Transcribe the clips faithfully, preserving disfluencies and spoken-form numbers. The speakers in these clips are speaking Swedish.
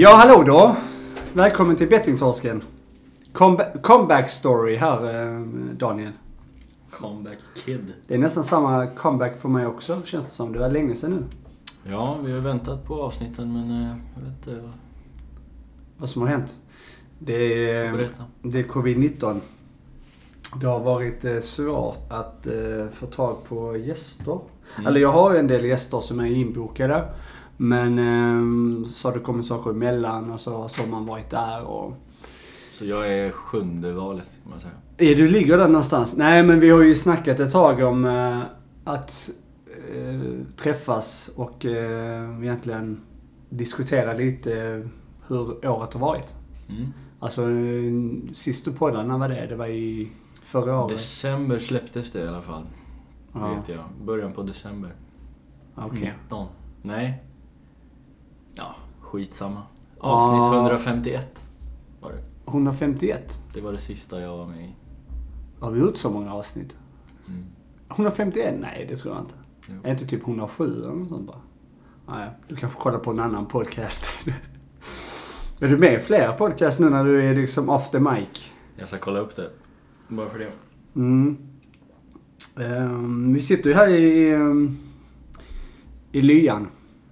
Ja, hallå då. Välkommen till Bettingtorsken. Comeba- comeback story här, Daniel. Comeback kid. Det är nästan samma comeback för mig också, känns det som. Det var länge sedan nu. Ja, vi har väntat på avsnitten, men jag vet inte vad som har hänt. Det är, det är covid nitton. Det har varit svårt att uh, få tag på gäster. Mm. Eller jag har ju en del gäster som är inbokade. Men um, så har det kommit saker emellan och så har sommaren varit där. Och... Så jag är sjunde valet, kan man säga. Ja, du ligger där någonstans. Nej, men vi har ju snackat ett tag om uh, att uh, träffas och uh, egentligen diskutera lite uh, hur året har varit. Mm. Alltså, uh, sist du poddade, när var det? Det var i förra året. December släpptes det i alla fall. Ja. Vet jag. Början på december. Okej. Okay. nitton. Nej. Ja, skitsamma. Avsnitt ah. hundrafemtioett var det. hundrafemtioett? Det var det sista jag var med i. Har vi gjort så många avsnitt? Mm. hundrafemtioett? Nej, det tror jag inte. Jo. Är inte typ hundrasju eller något sånt bara? Nej, du kan få kolla på en annan podcast. Är du med i flera podcast nu när du är liksom off the mic? Jag ska kolla upp det. Bara för det. Mm. Um, vi sitter ju här i, um, i lyan.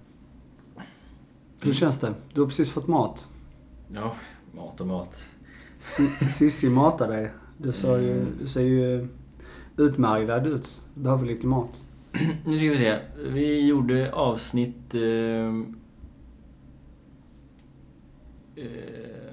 Hur känns det? Du har precis fått mat. Ja, mat och mat. Sissi matar dig. Du ser ju, mm. du ser ju utmärglad ut. Du behöver lite mat. Nu ska vi se. Vi gjorde avsnitt... Eh, eh,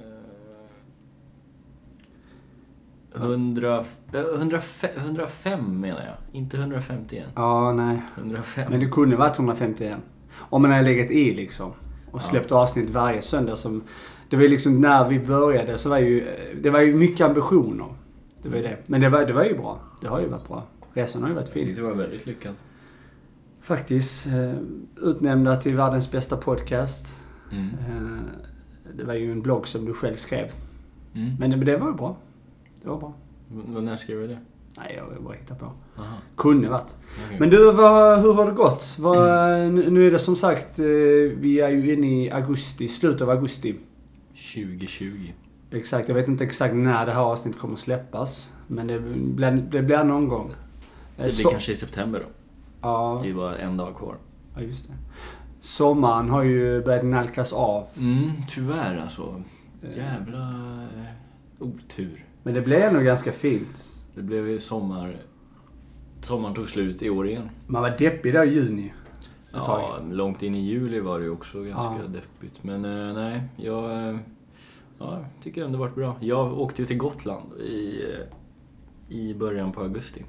hundra, hundrafem, hundrafem menar jag. Inte hundrafemtioen. Ja, nej. hundrafem. Men det kunde varit hundrafemtioen. Om man hade legat i liksom. Och släppt ja. avsnitt varje söndag som... Det var ju liksom när vi började så var ju... Det var ju mycket ambitioner. Det var ju det. Men det var, det var ju bra. Det har ju varit bra. Resan har ju varit fin. Jag tyckte det var väldigt lyckat. Faktiskt. Eh, utnämnda till världens bästa podcast. Mm. Eh, det var ju en blogg som du själv skrev. Mm. Men det, det var ju bra. Det var bra. Men när skrev du det? Nej, jag bara hittar på. Aha. Kunde varit. Okay. Men du, vad, hur har det gått? Vad, mm. Nu är det som sagt, vi är ju inne i augusti, slutet av augusti. tjugo tjugo. Exakt, jag vet inte exakt när det här avsnittet kommer släppas. Men det blir, det blir någon gång. Det blir Så, kanske i september då. Ja. Det är bara en dag kvar. Ja, just det. Sommaren har ju börjat nalkas av. Mm, tyvärr alltså. Jävla eh, otur. Men det blev nog ganska fint. Det blev ju sommar... Sommaren tog slut i år igen. Man var deppig där i juni. Ja, långt in i juli var det ju också ganska ja. deppigt. Men eh, nej, jag eh, ja, tycker ändå det varit bra. Jag åkte ju till Gotland i, eh, i början på augusti.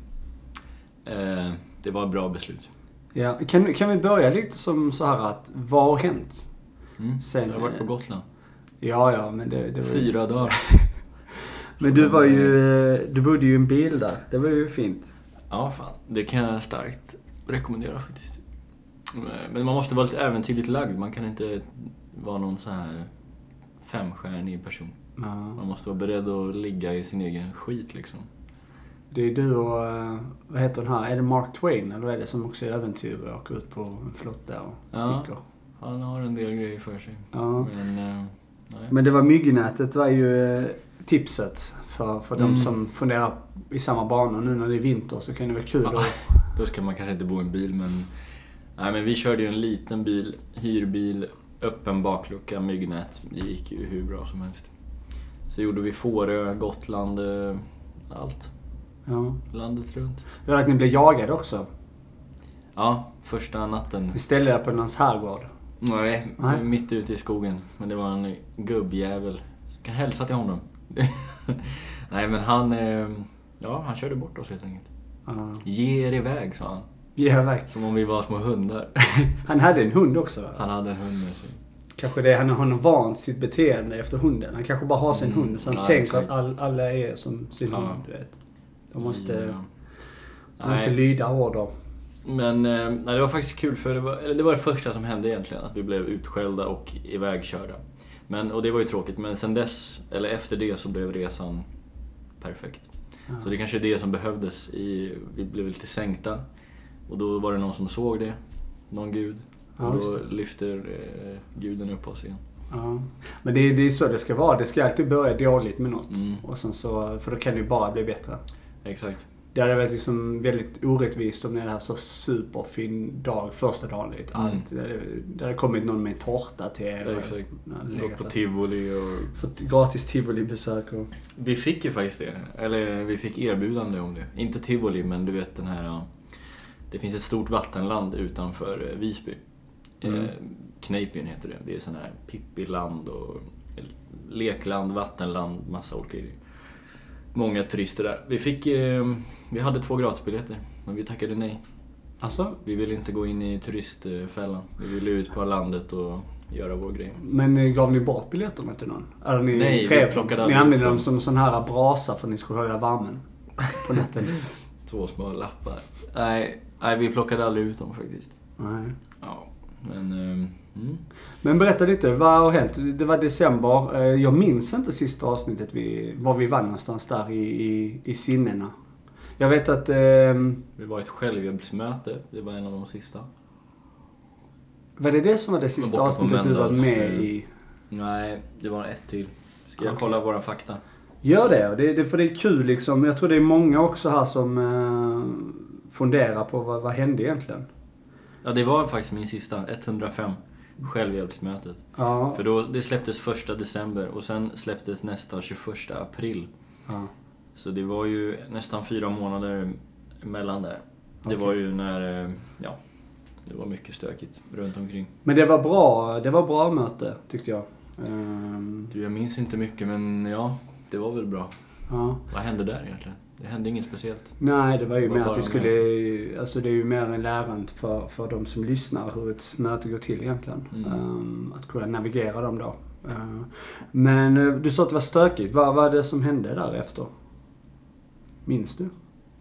Eh, det var ett bra beslut. Ja, kan, kan vi börja lite som så här att vad har hänt? Mm, Sen, jag har varit på Gotland. Ja, ja, men det, det var ju... Fyra dagar. Men du var ju, du bodde ju i en bil där. Det var ju fint. Ja, fan. Det kan jag starkt rekommendera faktiskt. Men man måste vara lite äventyrligt lagd. Man kan inte vara någon så här femstjärnig person. Ja. Man måste vara beredd att ligga i sin egen skit liksom. Det är du och, vad heter den här? Är det Mark Twain eller är det som också är äventyr och åker ut på en flotta och ja, sticker? Han har en del grejer för sig. Ja. Men, nej. Men det var myggnätet var ju tipset för, för mm. de som funderar i samma banor. Nu när det är vinter så kan det vara kul. Ja, och... Då ska man kanske inte bo i en bil, men... Nej, men vi körde ju en liten bil, hyrbil, öppen baklucka, myggnät. Det gick ju hur bra som helst. Så gjorde vi Fårö, Gotland, allt. Ja. Landet runt. Jag hörde att ni blev jagade också. Ja, första natten. Vi ställde er på någons herrgård. Nej, Nej, mitt ute i skogen. Men det var en gubbjävel. Så kan hälsa till honom. Nej, men han... Ja, han körde bort oss helt enkelt. Uh. Ge er iväg, sa han. Ge er iväg. Som om vi var små hundar. Han hade en hund också. Han hade en hund med sig. Kanske det, han har vant sitt beteende efter hunden. Han kanske bara har sin mm. hund. Så han ja, tänker exakt. att all, alla är som sin ja. hund, du vet. De måste, ja. de måste lyda order. Men nej, det var faktiskt kul för det var, eller det var det första som hände egentligen. Att vi blev utskällda och ivägkörda. Men, och det var ju tråkigt. Men sen dess, eller efter det så blev resan perfekt. Ja. Så det kanske är det som behövdes. I, vi blev lite sänkta. Och då var det någon som såg det. Någon gud. Och ja, då lyfter eh, guden upp oss igen. Ja. Men det, det är så det ska vara. Det ska alltid börja dåligt med något. Mm. Och sen så, för då kan det ju bara bli bättre. Exakt. Det hade varit liksom väldigt orättvist om det här så superfin dag, första dagen. Lite. Mm. Allt. Det, det hade kommit någon med en tårta till er. Ja, exakt. Låg på tivoli och... Fått gratis tivoli-besök. Och... Vi fick ju faktiskt det. Eller vi fick erbjudande om det. Inte tivoli, men du vet den här... Ja, det finns ett stort vattenland utanför Visby. Mm. Eh, Kneipen heter det. Det är sån här Pippiland och lekland, vattenland, massa olika grejer. Många turister där. Vi fick, eh, vi hade två gratisbiljetter, men vi tackade nej. Alltså? Vi ville inte gå in i turistfällan. Vi ville ut på landet och göra vår grej. Men gav ni bort biljetterna till någon? Eller ni nej, vi plockade Ni använde dem som sån här brasa för att ni skulle höja värmen på natten. Två små lappar. Nej, nej, vi plockade aldrig ut dem faktiskt. Nej. Ja, men... Um, mm. Men berätta lite, vad har hänt? Det var december. Jag minns inte sista avsnittet vi, var vi var någonstans där i, i, i sinnena. Jag vet att... Um, det var ett självhjälpsmöte. Det var en av de sista. Var det det som var det sista avsnittet du var med i? Nej, det var ett till. Ska jag okay. kolla våra fakta? Gör det, det, det, för det är kul liksom. Jag tror det är många också här som uh, funderar på vad, vad hände egentligen. Ja, det var faktiskt min sista, etthundrafem, självhjälpsmötet. Ja. För då, det släpptes första december och sen släpptes nästa tjugoförsta april. Ja. Så det var ju nästan fyra månader mellan där. Det okay. var ju när, ja, det var mycket stökigt runt omkring. Men det var bra, det var bra möte tyckte jag. Um... Du, jag minns inte mycket, men ja, det var väl bra. Ja. Vad hände där egentligen? Det hände inget speciellt. Nej, det var ju det var mer att vi skulle... Med. Alltså det är ju mer en lärande för, för de som lyssnar hur ett möte går till egentligen. Mm. Um, att kunna navigera dem då. Uh, men uh, du sa att det var stökigt. Vad var det som hände därefter? Minns du?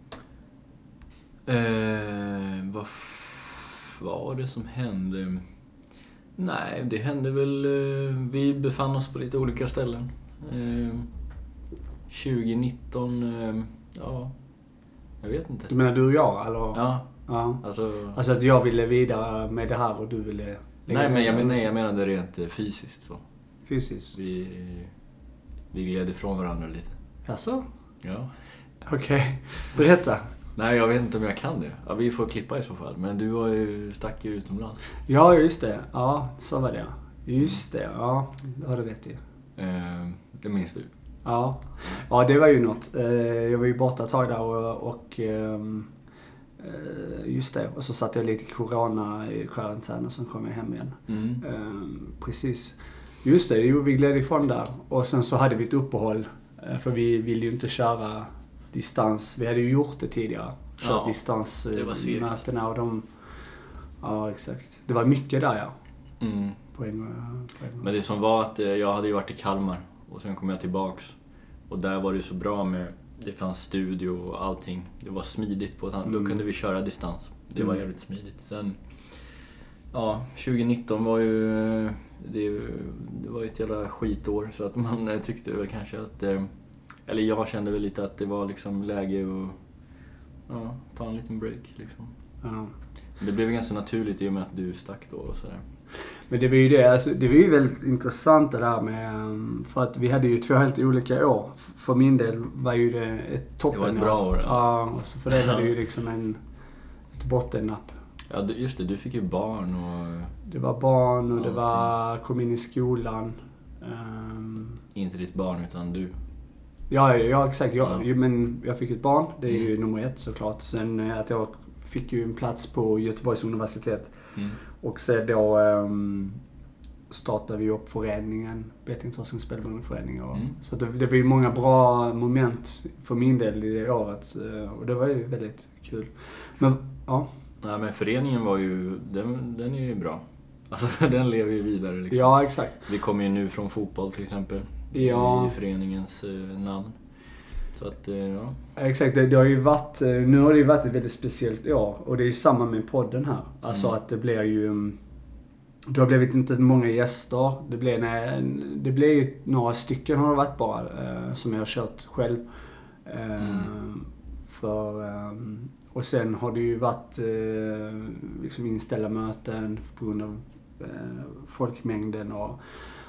Uh, vad f- var det som hände? Nej, det hände väl... Uh, vi befann oss på lite olika ställen. Uh, tjugonitton... Uh, Ja, jag vet inte. Du menar du och jag, eller? Ja. Ja. Alltså, alltså att jag ville vidare med det här och du ville... Nej, men jag, men, nej, jag menade rent fysiskt så. Fysiskt? Vi, vi gled ifrån varandra lite. Jaså? Ja. Okej, okay. Berätta. Nej, jag vet inte om jag kan det. Ja, vi får klippa i så fall. Men du var ju stack ju utomlands. Ja, just det. Ja, så var det. Just det, ja. Det har du rätt i. Eh, det minns du. Ja. Ja, det var ju något. Jag var ju borta ett tag där och, och just det. Och så satt jag lite i corona i karantän och sen kom jag hem igen. Mm. Precis. Just det, vi gled ifrån där. Och sen så hade vi ett uppehåll. För vi ville ju inte köra distans. Vi hade ju gjort det tidigare. Kört ja, distansmötena och de... Ja, exakt. Det var mycket där, ja. Mm. På en, på en. Men det som var att jag hade ju varit i Kalmar. Och sen kom jag tillbaks. Och där var det så bra med... Det fanns studio och allting. Det var smidigt på ett annat. Mm. Då kunde vi köra distans. Det var mm. jävligt smidigt. Sen... Ja, tjugonitton var ju... Det, det var ju ett jävla skitår. Så att man tyckte väl kanske att... Eller jag kände väl lite att det var liksom läge att... Ja, ta en liten break liksom. Ja. Det blev ganska naturligt i och med att du stack då och sådär. Men det var ju det, alltså, det var ju väldigt intressant det där med, för att vi hade ju två helt olika år. För min del var ju det ett toppen. Det var ett bra år. Ja, och så för det var det ju liksom en, ett bottennapp. Ja, just det, du fick ju barn och... Det var barn och det var, kom in i skolan. Um, Inte ditt barn utan du. Ja, ja exakt. Jag, ja. Men jag fick ett barn, det är mm. ju nummer ett såklart. Sen att jag fick ju en plats på Göteborgs universitet. Mm. Och sen då um, startade vi upp föreningen, Bettingtorskens spelberoendeförening. Och, mm. Så det, det var ju många bra moment för min del i det året. Och det var ju väldigt kul. Men, ja. Nej, men föreningen var ju, den, den är ju bra. Alltså den lever ju vidare liksom. Ja, exakt. Vi kommer ju nu från fotboll till exempel. Ja. I föreningens eh, namn. Så att, eh, ja. Exakt, det, det har ju varit, nu har det ju varit ett väldigt speciellt år. Och det är ju samma med podden här. Alltså mm. att det blir ju, det har blivit inte många gäster. Det blir, nej, det blir ju några stycken har det varit bara, eh, som jag har kört själv. Eh, mm. För, eh, och sen har det ju varit eh, liksom inställda möten på grund av eh, folkmängden och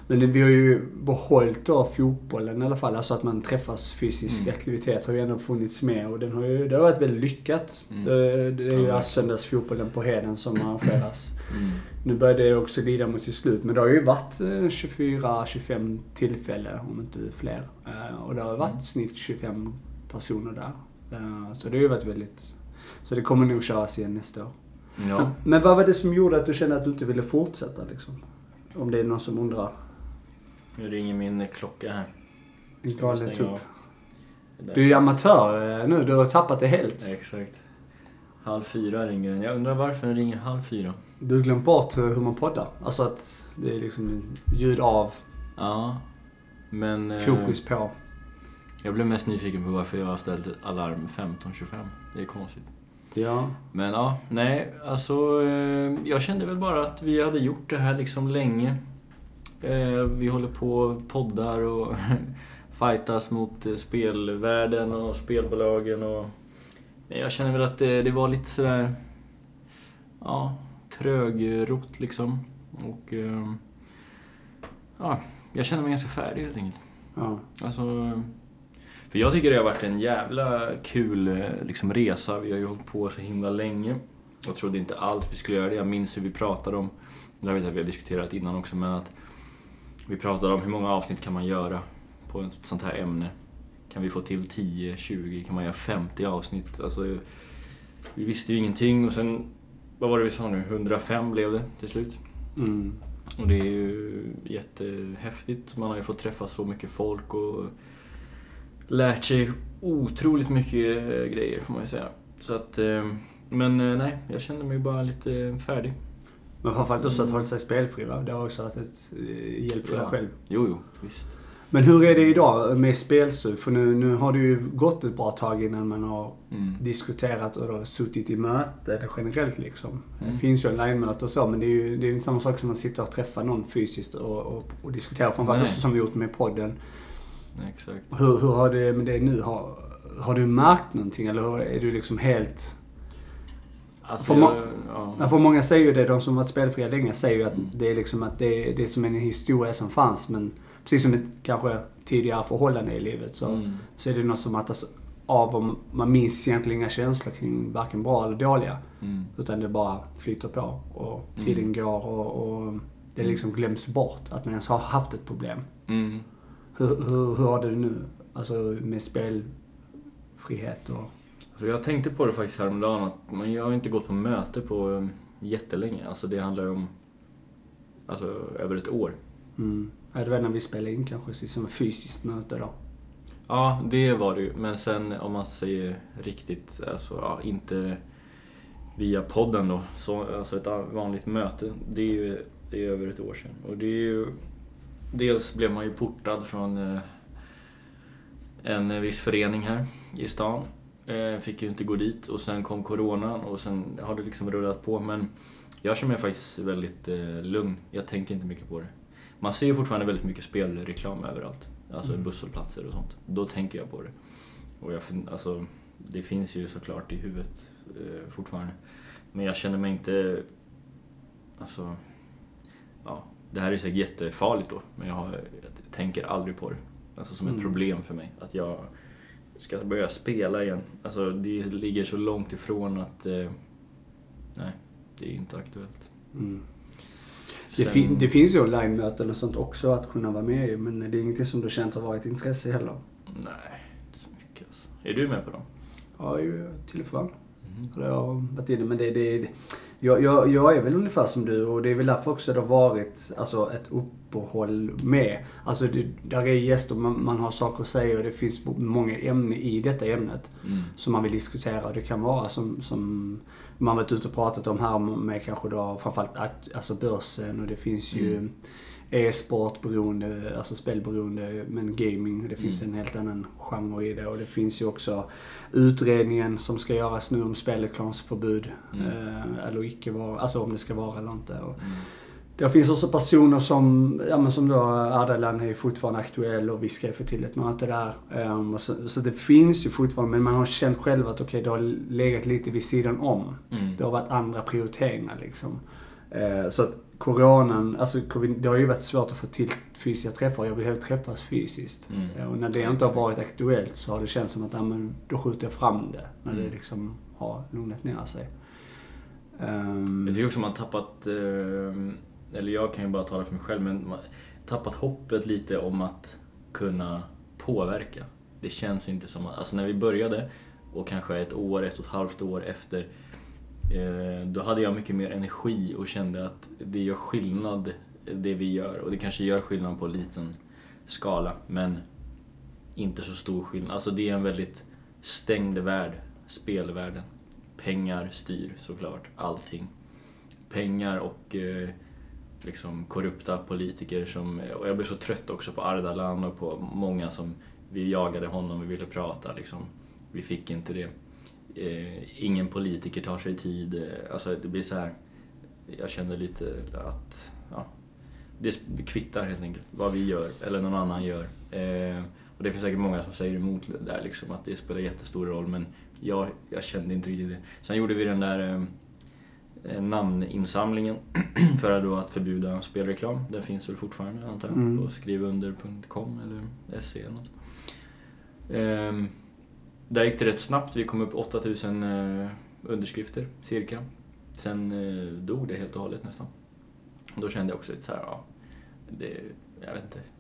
Men det, vi har ju behållit då fotbollen i alla fall. Alltså att man träffas, fysisk mm. aktivitet har ju ändå funnits med. Och den har ju, det har varit väldigt lyckat. Mm. Det, det är ju ja, söndagsfotbollen på Heden som arrangeras. Mm. Nu börjar det också lida mot sitt slut. Men det har ju varit tjugofyra tjugofem tillfällen, om inte fler. Och det har varit mm. snitt tjugofem personer där. Så det har ju varit väldigt... Så det kommer nog köras igen nästa år. Ja. Men, men vad var det som gjorde att du kände att du inte ville fortsätta liksom? Om det är någon som undrar. Nu ringer min klocka här. En galen tupp. Du är ju amatör nu, du har tappat det helt. Ja, exakt. Halv fyra ringer den. Jag undrar varför den ringer halv fyra. Du har glömt bort hur man poddar. Alltså att det är liksom ljud av. Ja, men... Fokus på. Jag blev mest nyfiken på varför jag har ställt alarm femton tjugofem. Det är konstigt. Ja. Men ja, nej, alltså jag kände väl bara att vi hade gjort det här liksom länge. Vi håller på poddar och fightas mot spelvärlden och spelbolagen och jag känner väl att det, det var lite sådär ja, trögrott liksom och ja, jag känner mig ganska färdig helt enkelt. Ja. Alltså, för jag tycker det har varit en jävla kul liksom, resa. Vi har ju hållit på så himla länge. Jag trodde inte alls vi skulle göra det. Jag minns hur vi pratade om, jag vet att vi har diskuterat innan också, men att vi pratade om hur många avsnitt kan man göra på ett sånt här ämne. Kan vi få till tio, tjugo, kan man göra femtio avsnitt? Alltså, vi visste ju ingenting och sen, vad var det vi sa nu? hundrafem blev det till slut. Mm. Och det är ju jättehäftigt. Man har ju fått träffa så mycket folk och lärt sig otroligt mycket grejer får man ju säga. Så att, men nej, jag kände mig bara lite färdig. Men framförallt också att hålla sig spelfri, va? Det har också varit ett hjälp för dig själv. Jo, jo, visst. Men hur är det idag med spelsug? För nu, nu har det ju gått ett bra tag innan man har mm. diskuterat och då suttit i möte generellt liksom. Mm. Det finns ju online-möte och så, men det är ju det är inte samma sak som att sitta och träffa någon fysiskt och, och, och diskutera. Framförallt också som vi gjort med podden. Nej, exakt. Hur, hur har det med det nu? Har, har du märkt någonting eller är du liksom helt... Alltså, för, må- jag, ja. för många säger ju det, de som varit spelfria länge säger ju att mm. det är liksom att det, det är som en historia som fanns, men precis som ett kanske tidigare förhållande i livet så, mm. så är det något som mattas av om man minns egentligen inga känslor kring varken bra eller dåliga. Mm. Utan det bara flyter på och tiden mm. går och, och det liksom glöms bort att man ens har haft ett problem. Mm. Hur, hur, hur har du det nu? Alltså med spelfrihet och... Så jag tänkte på det faktiskt häromdagen att man, jag har inte gått på möte på jättelänge. Alltså det handlar om alltså, över ett år. Mm. Ja, det var när vi spelade in kanske som ett fysiskt möte då. Ja, det var det ju. Men sen om man säger riktigt, alltså ja, inte via podden då. Så, alltså ett vanligt möte, det är ju det är över ett år sedan. Och det är ju, dels blev man ju portad från eh, en viss förening här i stan. Fick ju inte gå dit och sen kom coronan och sen har det liksom rullat på. Men jag känner mig faktiskt väldigt eh, lugn. Jag tänker inte mycket på det. Man ser ju fortfarande väldigt mycket spelreklam överallt. Alltså mm. busshållplatser och sånt. Då tänker jag på det. Och jag, alltså, det finns ju såklart i huvudet eh, fortfarande. Men jag känner mig inte... Alltså... Ja, det här är säkert jättefarligt då. Men jag, har, jag tänker aldrig på det. Alltså som ett mm. problem för mig. Att jag... ska börja spela igen. Alltså det ligger så långt ifrån att eh, nej, det är inte aktuellt. Mm. Sen... Det, fin- det finns ju online-möten och sånt också att kunna vara med i, men det är ingenting som du känt har varit intresse heller. Nej, inte så mycket alltså. Är du med på dem? Ja, ju telefon. Mm. Jag har varit inne, men det, det, det jag, jag, jag är väl ungefär som du och det är väl därför också det har varit alltså, ett uppehåll med. Alltså det, där är gäster, man, man har saker att säga och det finns många ämnen i detta ämnet mm. som man vill diskutera. Och det kan vara som, som man varit ute och pratat om här med kanske då framförallt alltså börsen och det finns ju mm. e-sport beroende, alltså spelberoende, men gaming, det finns mm. en helt annan genre i det och det finns ju också utredningen som ska göras nu om spelreklamsförbud mm. eh, eller icke vara, alltså om det ska vara eller inte. Och mm. det finns också personer som, ja men som då Ardalan är fortfarande aktuell och vi ska få till ett möte där. Um, och så, så det finns ju fortfarande, men man har känt själv att okej, okay, det har legat lite vid sidan om. Mm. Det har varit andra prioriteringar liksom. Uh, så att coronan, alltså det har ju varit svårt att få till fysiska träffar. Jag vill helt träffas fysiskt. Mm. Och när det inte har varit aktuellt så har det känts som att ja, men, då skjuter jag fram det. När mm. det liksom har lugnat ner sig. Um, jag tycker också man tappat, eller jag kan ju bara tala för mig själv, men man tappat hoppet lite om att kunna påverka. Det känns inte som att, alltså när vi började och kanske ett år, ett och ett halvt år efter, då hade jag mycket mer energi och kände att det gör skillnad det vi gör. Och det kanske gör skillnad på en liten skala, men inte så stor skillnad. Alltså det är en väldigt stängd värld, spelvärlden. Pengar styr såklart allting. Pengar och eh, liksom korrupta politiker som, och jag blev så trött också på Ardalan och på många som, vi jagade honom, vi ville prata liksom. Vi fick inte det. Eh, ingen politiker tar sig tid. Alltså det blir så här, jag kände lite att ja, det kvittar helt enkelt vad vi gör eller någon annan gör. Eh, och det finns säkert många som säger emot det där liksom, att det spelar jättestor roll, men jag, jag kände inte riktigt det. Sen gjorde vi den där eh, namninsamlingen för då att förbjuda spelreklam. Den finns väl fortfarande antar jag, mm. på skrivunder punkt com eller se eller något. Eh, där gick det rätt snabbt. Vi kom upp åtta tusen eh, underskrifter cirka. Sen eh, dog det helt och hållet nästan. Då kände jag också lite så här, ja, det, jag vet inte.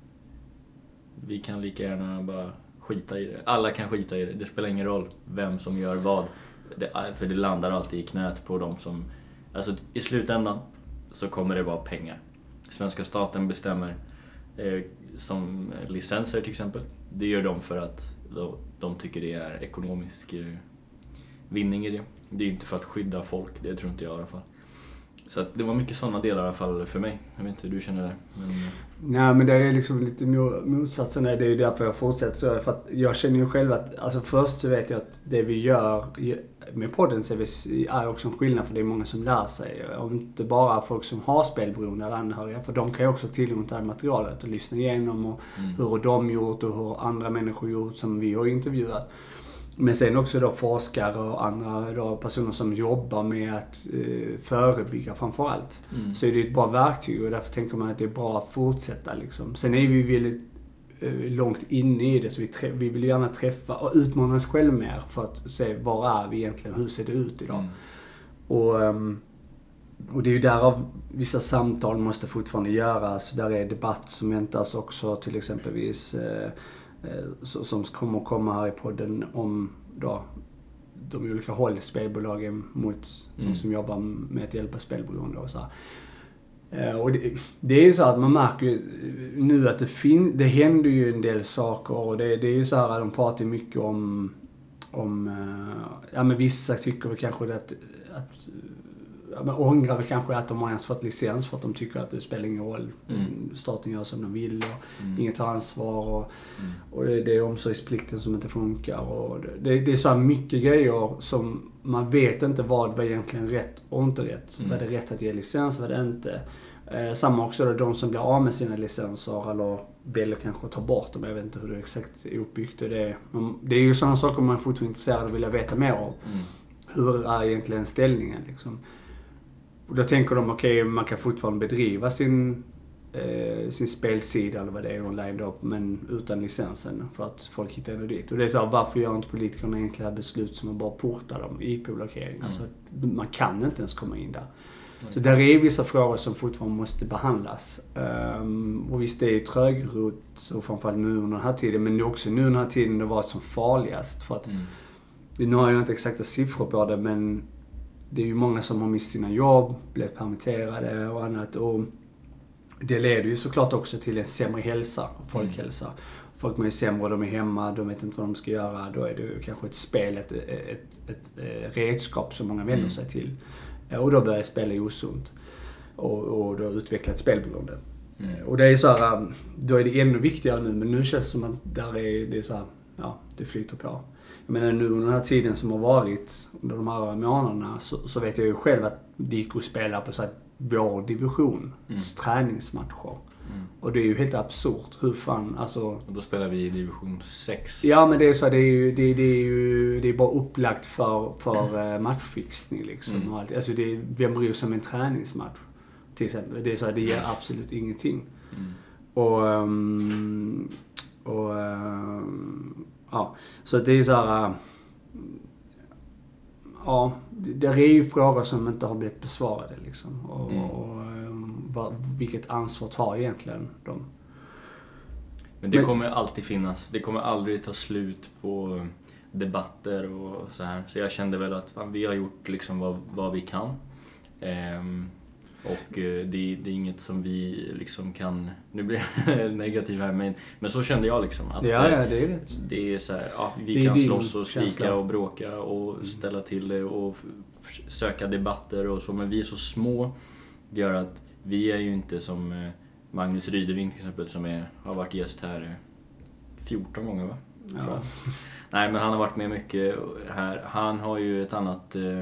Vi kan lika gärna bara skita i det. Alla kan skita i det. Det spelar ingen roll vem som gör vad. Det, för det landar alltid i knät på dem som... Alltså i slutändan så kommer det vara pengar. Svenska staten bestämmer eh, som licenser till exempel. Det gör de för att de, de tycker det är ekonomisk eh, vinning i det. Det är inte för att skydda folk, det tror inte jag i alla fall. Så att det var mycket sådana delar i alla fall för mig. Jag vet inte hur du känner det. Men... Nej, men det är liksom lite motsatsen. Det är ju därför jag fortsätter. För att jag känner ju själv att, alltså först så vet jag att det vi gör med podden så är, vi, är också en skillnad, för det är många som lär sig. Och inte bara folk som har spelberoende eller anhöriga. För de kan ju också tillgång till det här materialet och lyssna igenom och mm. hur har de gjort och hur andra människor gjort som vi har intervjuat. Men sen också då forskare och andra då personer som jobbar med att eh, förebygga framförallt. Mm. Så är det ett bra verktyg och därför tänker man att det är bra att fortsätta liksom. Sen är vi väldigt eh, långt inne i det, så vi, trä- vi vill gärna träffa och utmana oss själv mer för att se var är vi egentligen, hur ser det ut idag. Mm. Och, um, och det är ju därav vissa samtal måste fortfarande göras. Där är debatt som väntas också, till exempelvis eh, som kommer att komma här i podden om då, de olika hållspelbolagen mot mm. de som jobbar med att hjälpa spelberoende och så här. Och det, det är ju så att man märker ju nu att det finns, det händer ju en del saker, och det, det är ju så här att de pratar mycket om, om ja men vissa tycker väl kanske att, att ja, men ångrar väl kanske att de har ens fått licens för att de tycker att det spelar ingen roll. Mm. Staten gör som de vill och mm. inget tar ansvar och, mm. och det är omsorgsplikten som inte funkar. Och det, det är så här mycket grejer som man vet inte vad var egentligen rätt och inte rätt. Mm. Vad är det rätt att ge licens, vad är det inte. Eh, samma också då de som blir av med sina licenser eller väljer kanske att ta bort dem. Jag vet inte hur det är exakt är uppbyggt. Det är, det är ju sådana saker man är fortfarande intresserad och vill veta mer om. Mm. Hur är egentligen ställningen liksom. Och då tänker de, okej, okay, man kan fortfarande bedriva sin, eh, sin spelsida eller vad det är online då, men utan licensen för att folk hittar ändå dit. Och det är så här, varför gör inte politikerna enkla beslut som att bara portar dem i I P-blockering? Mm. Alltså man kan inte ens komma in där. Mm. Så där är vissa frågor som fortfarande måste behandlas. Um, och visst, det är trögrot, så framförallt nu under den här tiden, men också nu under den här tiden det var som farligast. För att, mm. nu har jag inte exakta siffror på det, men det är ju många som har mist sina jobb, blivit permitterade och annat. Och det leder ju såklart också till en sämre hälsa, folkhälsa. Mm. Folk mår ju sämre, de är hemma, de vet inte vad de ska göra. Då är det ju kanske ett spel, ett, ett, ett, ett redskap som många vänder sig till. Och då börjar spela osunt. Och, och då utveckla ett spelberoende. Mm. Och det är så här, då är det ännu viktigare nu. Men nu känns det som att där är det så här, ja, det flyter på. Jag menar nu under den här tiden som har varit, under de här månaderna, så, så vet jag ju själv att det gick att spela på så här vår division, mm. träningsmatcher. Mm. Och det är ju helt absurt. Hur fan, alltså... Och då spelar vi i division sex. Ja, men det är så här, det är ju, det, det är ju, det är bara upplagt för, för mm. matchfixning liksom. Mm. Och allt. Alltså det är, vem bryr sig om en träningsmatch? till exempel. Det är så här, det ger absolut ingenting. Mm. Och, um, och um, ja, så det är så här, uh, ja, det är ju frågor som inte har blivit besvarade liksom. Och, mm. och um, vad, vilket ansvar tar egentligen de? Men det Men, kommer alltid finnas, det kommer aldrig ta slut på debatter och så här. Så jag kände väl att fan, vi har gjort liksom vad, vad vi kan. Ehm, och det, det är inget som vi liksom kan, nu blir jag negativ här, men, men så kände jag liksom att ja, ja, det är rätt. Det är så här, ja, vi kan slåss och skrika känsla. Och bråka och ställa till det och f- söka debatter och så, men vi är så små, det gör att vi är ju inte som Magnus Rydeving till exempel, som är, har varit gäst här fjorton gånger, va? Ja. Nej, men han har varit med mycket här. Han har ju ett annat eh,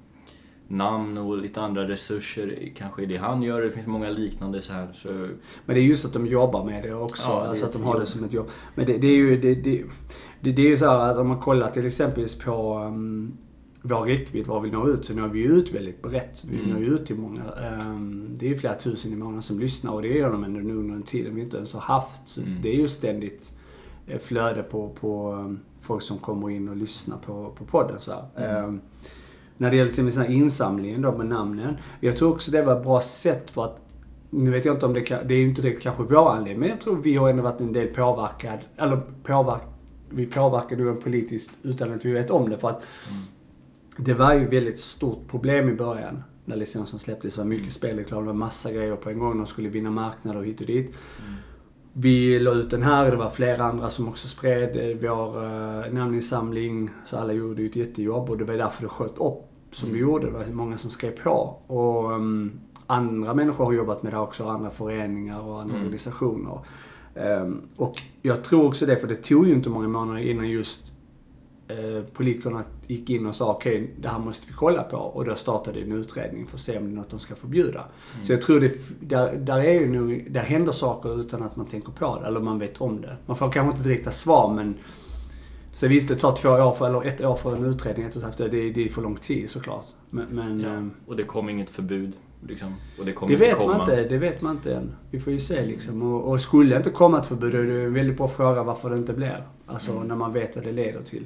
namn och lite andra resurser kanske i det han gör. Det finns många liknande så här. Så... Men det är just att de jobbar med det också. Ja, det alltså att de har jobb. Det som ett jobb. Men det, det är ju det, det, det, det är ju så här att om man kollar till exempel på um, vår räckvidd, vad vi når ut, så når vi ut väldigt brett. Vi mm. når ut till många. Um, det är ju flera tusen i månaden som lyssnar, och det gör de ändå nu under en tid vi inte ens har haft. Så mm. det är ju ständigt flöde på, på um, folk som kommer in och lyssnar på, på podden. Så mm. um, när det gäller med sån här insamlingen då med namnen. Jag tror också det var ett bra sätt för att, nu vet jag inte om det kan, det är ju inte direkt kanske vår anledning, men jag tror vi har ändå varit en del påverkad, eller påverk, vi påverkade ju politiskt utan att vi vet om det, för att mm. det var ju väldigt stort problem i början när licensen släpptes. Det var mycket spelreklam, det var massa grejer på en gång, de skulle vinna marknader och hit och dit. Mm. Vi la ut den här, det var flera andra som också spred vår uh, namninsamling, så alla gjorde ju ett jättejobb, och det var därför det sköt upp som mm. vi gjorde. Det var många som skrev på, och um, andra människor har jobbat med det också, andra föreningar och andra mm. organisationer. Um, och jag tror också det, för det tog ju inte många månader innan just uh, politikerna gick in och sa okej, okay, det här måste vi kolla på, och då startade en utredning för att se om det är något de ska förbjuda. Mm. Så jag tror det, där, där är ju nu, där händer saker utan att man tänker på det, eller man vet om det. Man får kanske inte direkta svar, men så visst, det tar två år för, eller ett år för en utredning, det, det är för lång tid såklart. Men, men ja, och det kommer inget förbud liksom, och det kommer det vet inte komma. Man inte, det vet man inte än. Vi får ju se liksom, och, och skulle inte komma ett förbud, då är det en väldigt bra fråga varför det inte blir. Alltså mm. när man vet vad det leder till.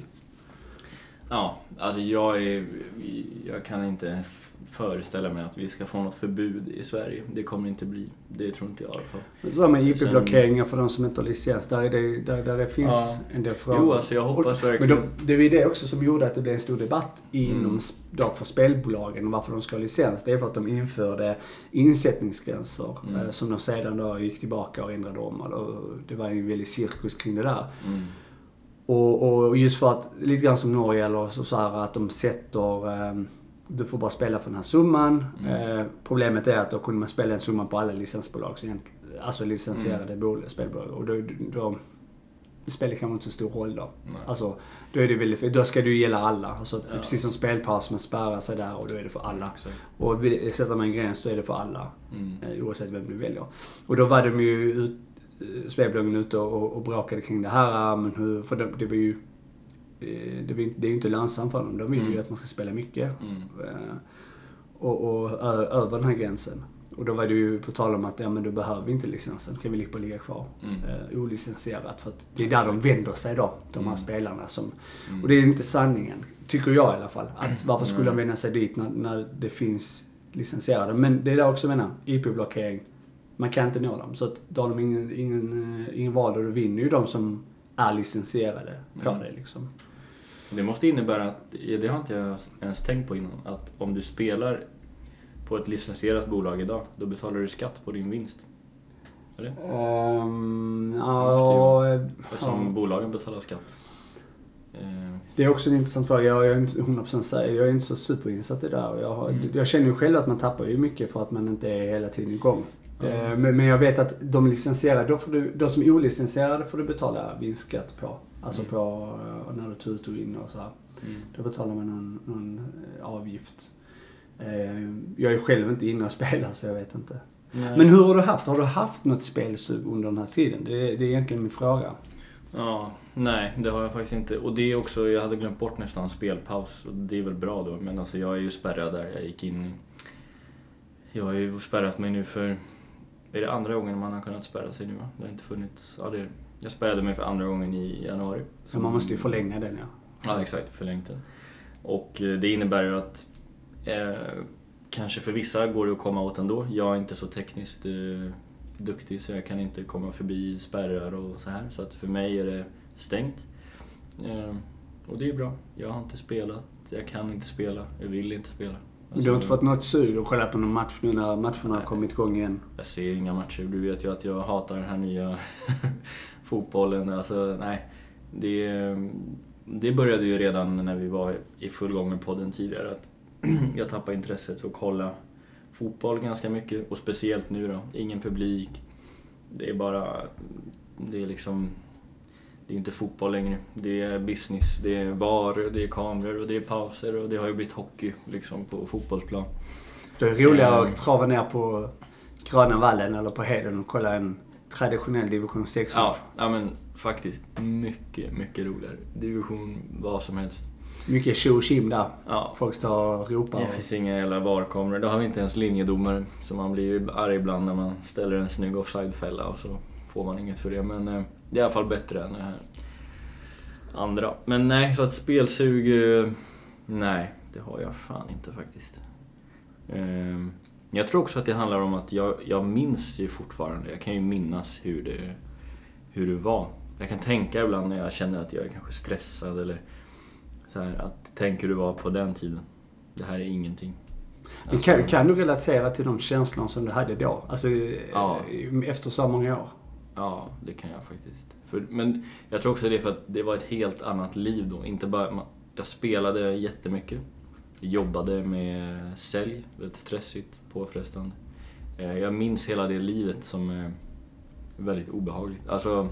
Ja, alltså jag är, jag kan inte föreställa mig att vi ska få något förbud i Sverige. Det kommer inte bli. Det tror inte jag i alla fall. Så med I P-blockeringar för de som inte har licens, där, är det, där, där det finns ja. en del frågor. Jo, alltså jag hoppas och, verkligen. Men de, det är det också som gjorde att det blev en stor debatt inom mm. då för spelbolagen och varför de ska ha licens. Det är för att de införde insättningsgränser mm. eh, som de sedan då gick tillbaka och ändrade om. Och det var en väldigt cirkus kring det där. Mm. Och, och just för att, lite grann som Norge eller så, så här, att de sätter, eh, du får bara spela för den här summan. Mm. Eh, problemet är att då kunde man spela en summa på alla licensbolag, så alltså licensierade mm. spelbolag. Och då, då det spelar kanske inte så stor roll då. Nej. Alltså, då är det väldigt, då ska det ju gälla alla. Alltså, ja. Det är precis som spelpass, man spärrar sig där och då är det för alla. Exakt. Och sätter man en gräns, då är det för alla. Mm. Eh, oavsett vem du väljer. Och då var de ju ut, spelbolagen ute och, och bråkade kring det här, men hur, för det, det var ju det, var, det är ju inte lönsamt för dem. De vill mm. ju att man ska spela mycket mm. och, och ö, över den här gränsen. Och då var det ju på tal om att ja, men då behöver vi inte licensen, kan vi ligga på ligga kvar mm. uh, olicensierat, för att det är där de vänder sig då, de här mm. spelarna som, mm. och det är inte sanningen, tycker jag i alla fall, att varför skulle mm. de vända sig dit när, när det finns licensierade. Men det är där också, menar, I P-blockering, man kan inte nå dem, så att då har de ingen, ingen, ingen val, och då vinner ju de som är licensierade på mm. det liksom. Det måste innebära att, det har inte jag ens tänkt på innan, att om du spelar på ett licensierat bolag idag, då betalar du skatt på din vinst. Är det? Um, ja, som ja. bolagen betalar skatt. Det är också en intressant fråga. Jag är inte hundra procent säker. Jag är inte så superinsatt i det där. Jag, har, mm. jag känner ju själv att man tappar ju mycket för att man inte är hela tiden igång. Mm. Men, men jag vet att de licensierade, då får du, de som är olicensierade får du betala vinstskatt på. Alltså mm. på när du tar ut och in och så här. Mm. Då betalar man någon, någon avgift. Jag är själv inte inne och spelar, så jag vet inte. Nej. Men hur har du haft? Har du haft något spelsug under den här tiden? Det är, det är egentligen min fråga. Ja, nej, det har jag faktiskt inte. Och det är också, jag hade glömt bort nästan spelpaus. Och det är väl bra då. Men alltså jag är ju spärrad där. Jag gick in Jag har ju spärrat mig nu för... Är det andra gången man har kunnat spärra sig nu, va? Det har inte funnits... Ja, det är... Jag spärrade mig för andra gången i januari. Så man måste ju förlänga den, ja. Ja, exakt. Förlängt den. Och det innebär ju att... Eh, kanske för vissa går det att komma åt ändå. Jag är inte så tekniskt eh, duktig så jag kan inte komma förbi spärrar och så här. Så att för mig är det stängt. Eh, och det är bra. Jag har inte spelat. Jag kan inte spela. Jag vill inte spela. Du har inte fått något sug att kolla på någon match nu när matcherna har kommit igång igen? Jag ser inga matcher. Du vet ju att jag hatar den här nya fotbollen. Alltså, nej. Det, det började ju redan när vi var i full gång med podden tidigare. Att jag tappade intresset för att kolla fotboll ganska mycket. Och speciellt nu då. Ingen publik. Det är bara... Det är liksom... Det är inte fotboll längre. Det är business, det är bar, det är kameror och det är pauser och det har ju blivit hockey liksom på fotbollsplan. Det är roligare att trava ner på Gröna Vallen eller på Heden och kolla en traditionell division sex. Ja, ja men faktiskt mycket, mycket roligare. Division vad som helst. Mycket tjo och kim där. Ja. Folk står och ropar. Det finns inga jävla varkameror. Då har vi inte ens linjedomare. Så man blir ju arg ibland när man ställer en snygg offside-fälla och så får man inget för det. Men eh, det är i alla fall bättre än det här andra. Men nej, så att spelsug... Eh, nej, det har jag fan inte faktiskt. Eh, jag tror också att det handlar om att jag, jag minns ju fortfarande. Jag kan ju minnas hur det, hur det var. Jag kan tänka ibland när jag känner att jag är kanske stressad eller så här, att tänker du var på den tiden. Det här är ingenting. Men kan, alltså, kan du relatera till de känslor som du hade då? Alltså ja. Efter så många år? Ja, det kan jag faktiskt. För, men jag tror också det är för att det var ett helt annat liv då. Inte bara, jag spelade jättemycket. Jobbade med sälj, väldigt stressigt, påfrestande. Jag minns hela det livet som är väldigt obehagligt. Alltså,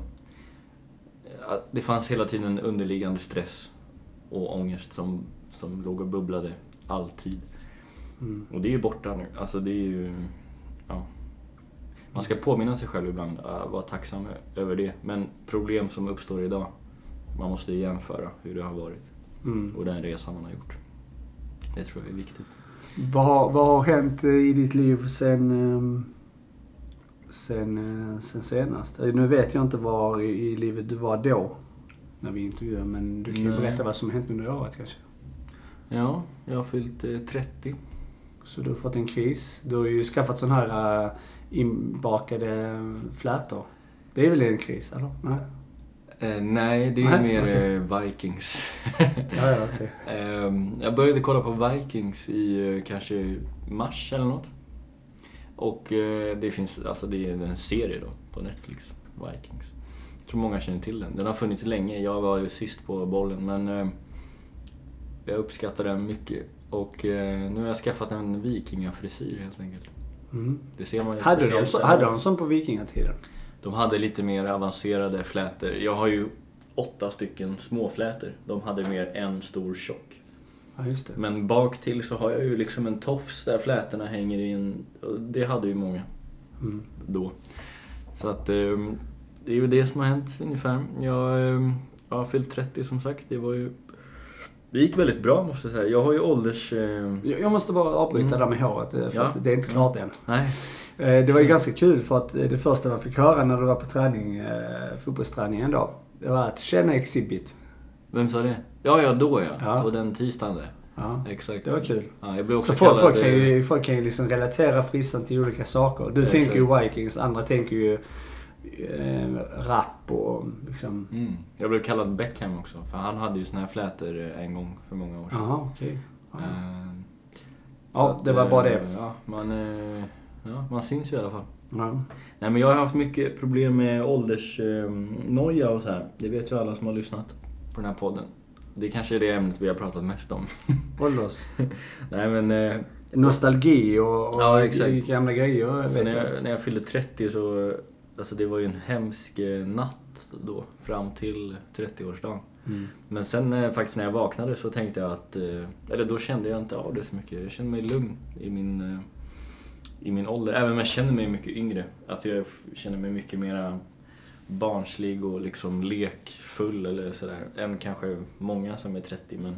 det fanns hela tiden en underliggande stress och ångest som, som låg och bubblade alltid. Mm. Och det är ju borta nu. Alltså det är ju... Ja. Man ska påminna sig själv ibland, uh, vara tacksam över det. Men problem som uppstår idag, man måste jämföra hur det har varit. Mm. Och den resan man har gjort. Det tror jag är viktigt. Vad, vad har hänt i ditt liv sen, sen, sen senast? Nu vet jag inte var i livet du var då när vi intervjuade, men du kan ju berätta vad som har hänt under året kanske. Ja, jag har fyllt eh, trettio. Så du har fått en kris. Du har ju skaffat sån här uh, inbakade flätor. Det är väl en kris, eller? Nej, eh, nej det är nej, mer okay. eh, Vikings. ja, ja, okay. eh, jag började kolla på Vikings i eh, kanske mars eller något. Och eh, det finns, alltså det är en serie då på Netflix, Vikings. Jag tror många känner till den. Den har funnits länge. Jag var ju sist på bollen, men eh, jag uppskattar den mycket. Och eh, nu har jag skaffat en vikingafrisyr helt enkelt. Mm. Det ser man ju. Hade de, så, hade de som på vikingatiden? De hade lite mer avancerade flätor. Jag har ju åtta stycken små flätor. De hade mer en stor tjock. Ja, just det. Men bak till så har jag ju liksom en tofs där flätorna hänger in. Det hade ju många mm. då. Så att eh, det är ju det som har hänt ungefär. Jag, eh, jag har fyllt trettio som sagt. Det var ju... Det gick väldigt bra måste jag säga. Jag har ju ålders... Eh... Jag måste bara avbryta mm. där med håret för ja. att det är inte klart än. Nej. Det var ju ganska kul för att det första man fick höra när du var på träning, fotbollsträningen då, det var att känna Exhibit. Vem sa det? Ja, ja då ja. ja. På den tisdagen där. Ja, exakt. Det var kul. Ja, jag blev också så folk, kallad... folk, kan ju, folk kan ju liksom relatera frissan till olika saker. Du ja, tänker ju Vikings, andra tänker ju eh, rap och liksom... Mm. Jag blev kallad Beckham också, för han hade ju såna här flätor en gång för många år sedan. Jaha, okej. Okay. Uh, ja, att, det var bara det. Ja, man, ja, man syns ju i alla fall. Ja. Nej, men jag har haft mycket problem med åldersnoja och så här. Det vet ju alla som har lyssnat på den här podden. Det kanske är det ämnet vi har pratat mest om. Ålders. Nej, men... Eh, nostalgi och, och ja, exakt. Gamla grejer. Så när, jag, när jag fyllde trettio så... Alltså det var ju en hemsk natt då. Fram till trettioårsdagen. Mm. Men sen eh, faktiskt när jag vaknade så tänkte jag att... Eh, eller då kände jag inte av det så mycket. Jag kände mig lugn i min... Eh, i min ålder. Även om jag känner mig mycket yngre. Alltså jag känner mig mycket mer barnslig och liksom lekfull eller sådär. Än kanske många som är trettio. Men...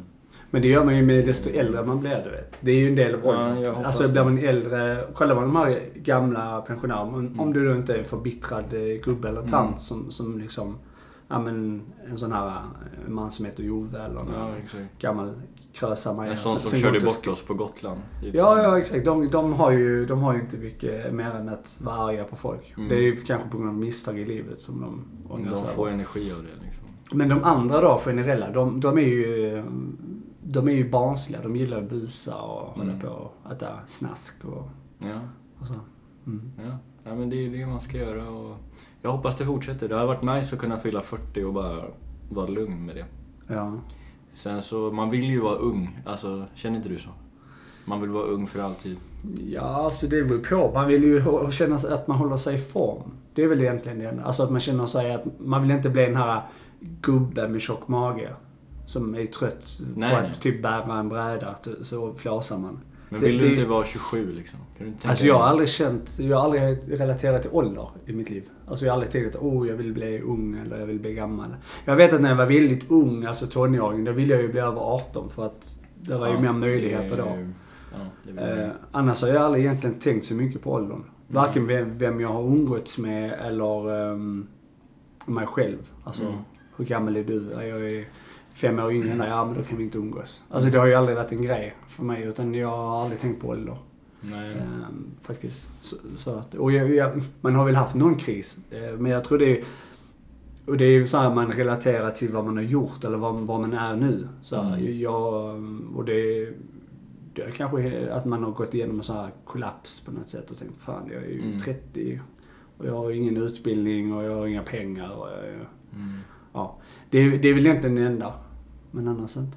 Men det gör man ju med desto äldre man blir, du vet. Det är ju en del av åldern. Ja, alltså blir man äldre, kollar man de här gamla pensionärerna, mm. om du då inte är en förbittrad gubbe eller tant mm. som, som liksom, ja men en sån här man som heter Jove eller en ja, gammal krösar en sån som, som körde bort oss på Gotland. Ja, ja exakt. De, de, har ju, de har ju inte mycket mer än att vara arga på folk. Mm. Det är ju kanske på grund av misstag i livet som de De får energi av det liksom. Men de andra då, generella, de, de är ju de är ju barnsliga. De gillar att busa och mm. hålla på och äta snask och, ja. och så. Mm. Ja. Ja, men det är det man ska göra och jag hoppas det fortsätter. Det har varit nice att kunna fylla fyrtio och bara vara lugn med det. Ja. Sen så, man vill ju vara ung. Alltså, känner inte du så? Man vill vara ung för alltid. Ja, alltså det beror på. Man vill ju känna att man håller sig i form. Det är väl egentligen det. Alltså att man känner sig att man vill inte bli den här gubben med tjock mage som är trött nej, på att nej. typ bära en bräda. Så flåsar man. Men vill det, du inte det, vara tjugosju liksom? Kan du inte tänka alltså jag har aldrig känt, jag har aldrig relaterat till ålder i mitt liv. Alltså jag har aldrig tänkt att oh, jag vill bli ung eller jag vill bli gammal. Jag vet att när jag var väldigt ung, alltså tonåring, då ville jag ju bli över arton för att det var ja, ju mer möjligheter då. Ja, eh, annars har jag aldrig egentligen tänkt så mycket på åldern. Mm. Varken vem, vem jag har umgåtts med eller um, mig själv. Alltså mm. hur gammal är du? Jag är fem år yngre än dig, ja men då kan vi inte umgås. Alltså det har ju aldrig varit en grej för mig utan jag har aldrig tänkt på ålder. Nej. Ehm, faktiskt. Så, så att, och jag, jag, man har väl haft någon kris. Ehm, men jag tror det är, och det är ju så här man relaterar till vad man har gjort eller vad, vad man är nu. Så här, mm. jag, och det, det är kanske att man har gått igenom en sån här kollaps på något sätt och tänkt fan jag är ju mm. trettio och jag har ingen utbildning och jag har inga pengar. Och jag, mm. ja, det, det är väl egentligen det enda. Men annars inte.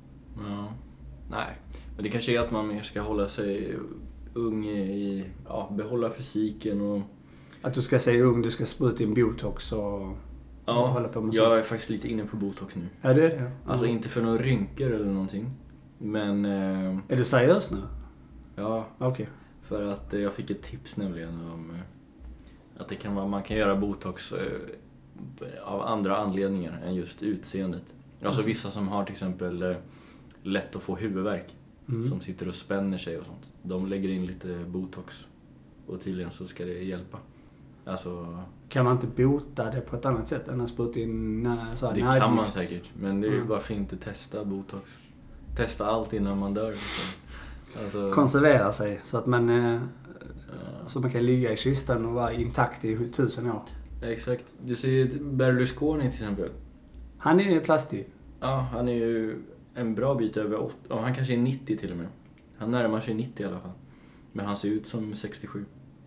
Ja. Nej. Men det kanske är att man mer ska hålla sig ung i, ja, behålla fysiken och... Att du ska säga ung, du ska spruta in botox och, ja, och hålla på med jag sånt. är faktiskt lite inne på botox nu. Ja, det är det. Mm. Alltså inte för några rynkor eller någonting. Men... Eh, är du seriös nu? Ja. Okej. Okay. För att eh, jag fick ett tips nämligen om eh, att det kan vara, man kan göra botox eh, av andra anledningar än just utseendet. Alltså mm. vissa som har till exempel eh, lätt att få huvudvärk. Mm. Som sitter och spänner sig och sånt. De lägger in lite botox. Och tydligen så ska det hjälpa. Alltså... Kan man inte bota det på ett annat sätt än att spruta in nä, så här, det närgift? Kan man säkert. Men det är ju mm. varför inte testa botox. Testa allt innan man dör. Alltså... Konservera sig så att man, eh, ja. så man kan ligga i kistan och vara intakt i tusen år. Ja, exakt. Du ser Berlusconi till exempel. Han är plastig. Ja, han är ju en bra bit över åttio. Ja, han kanske är nittio till och med. Han närmar sig nittio i alla fall. Men han ser ut som sextiosju.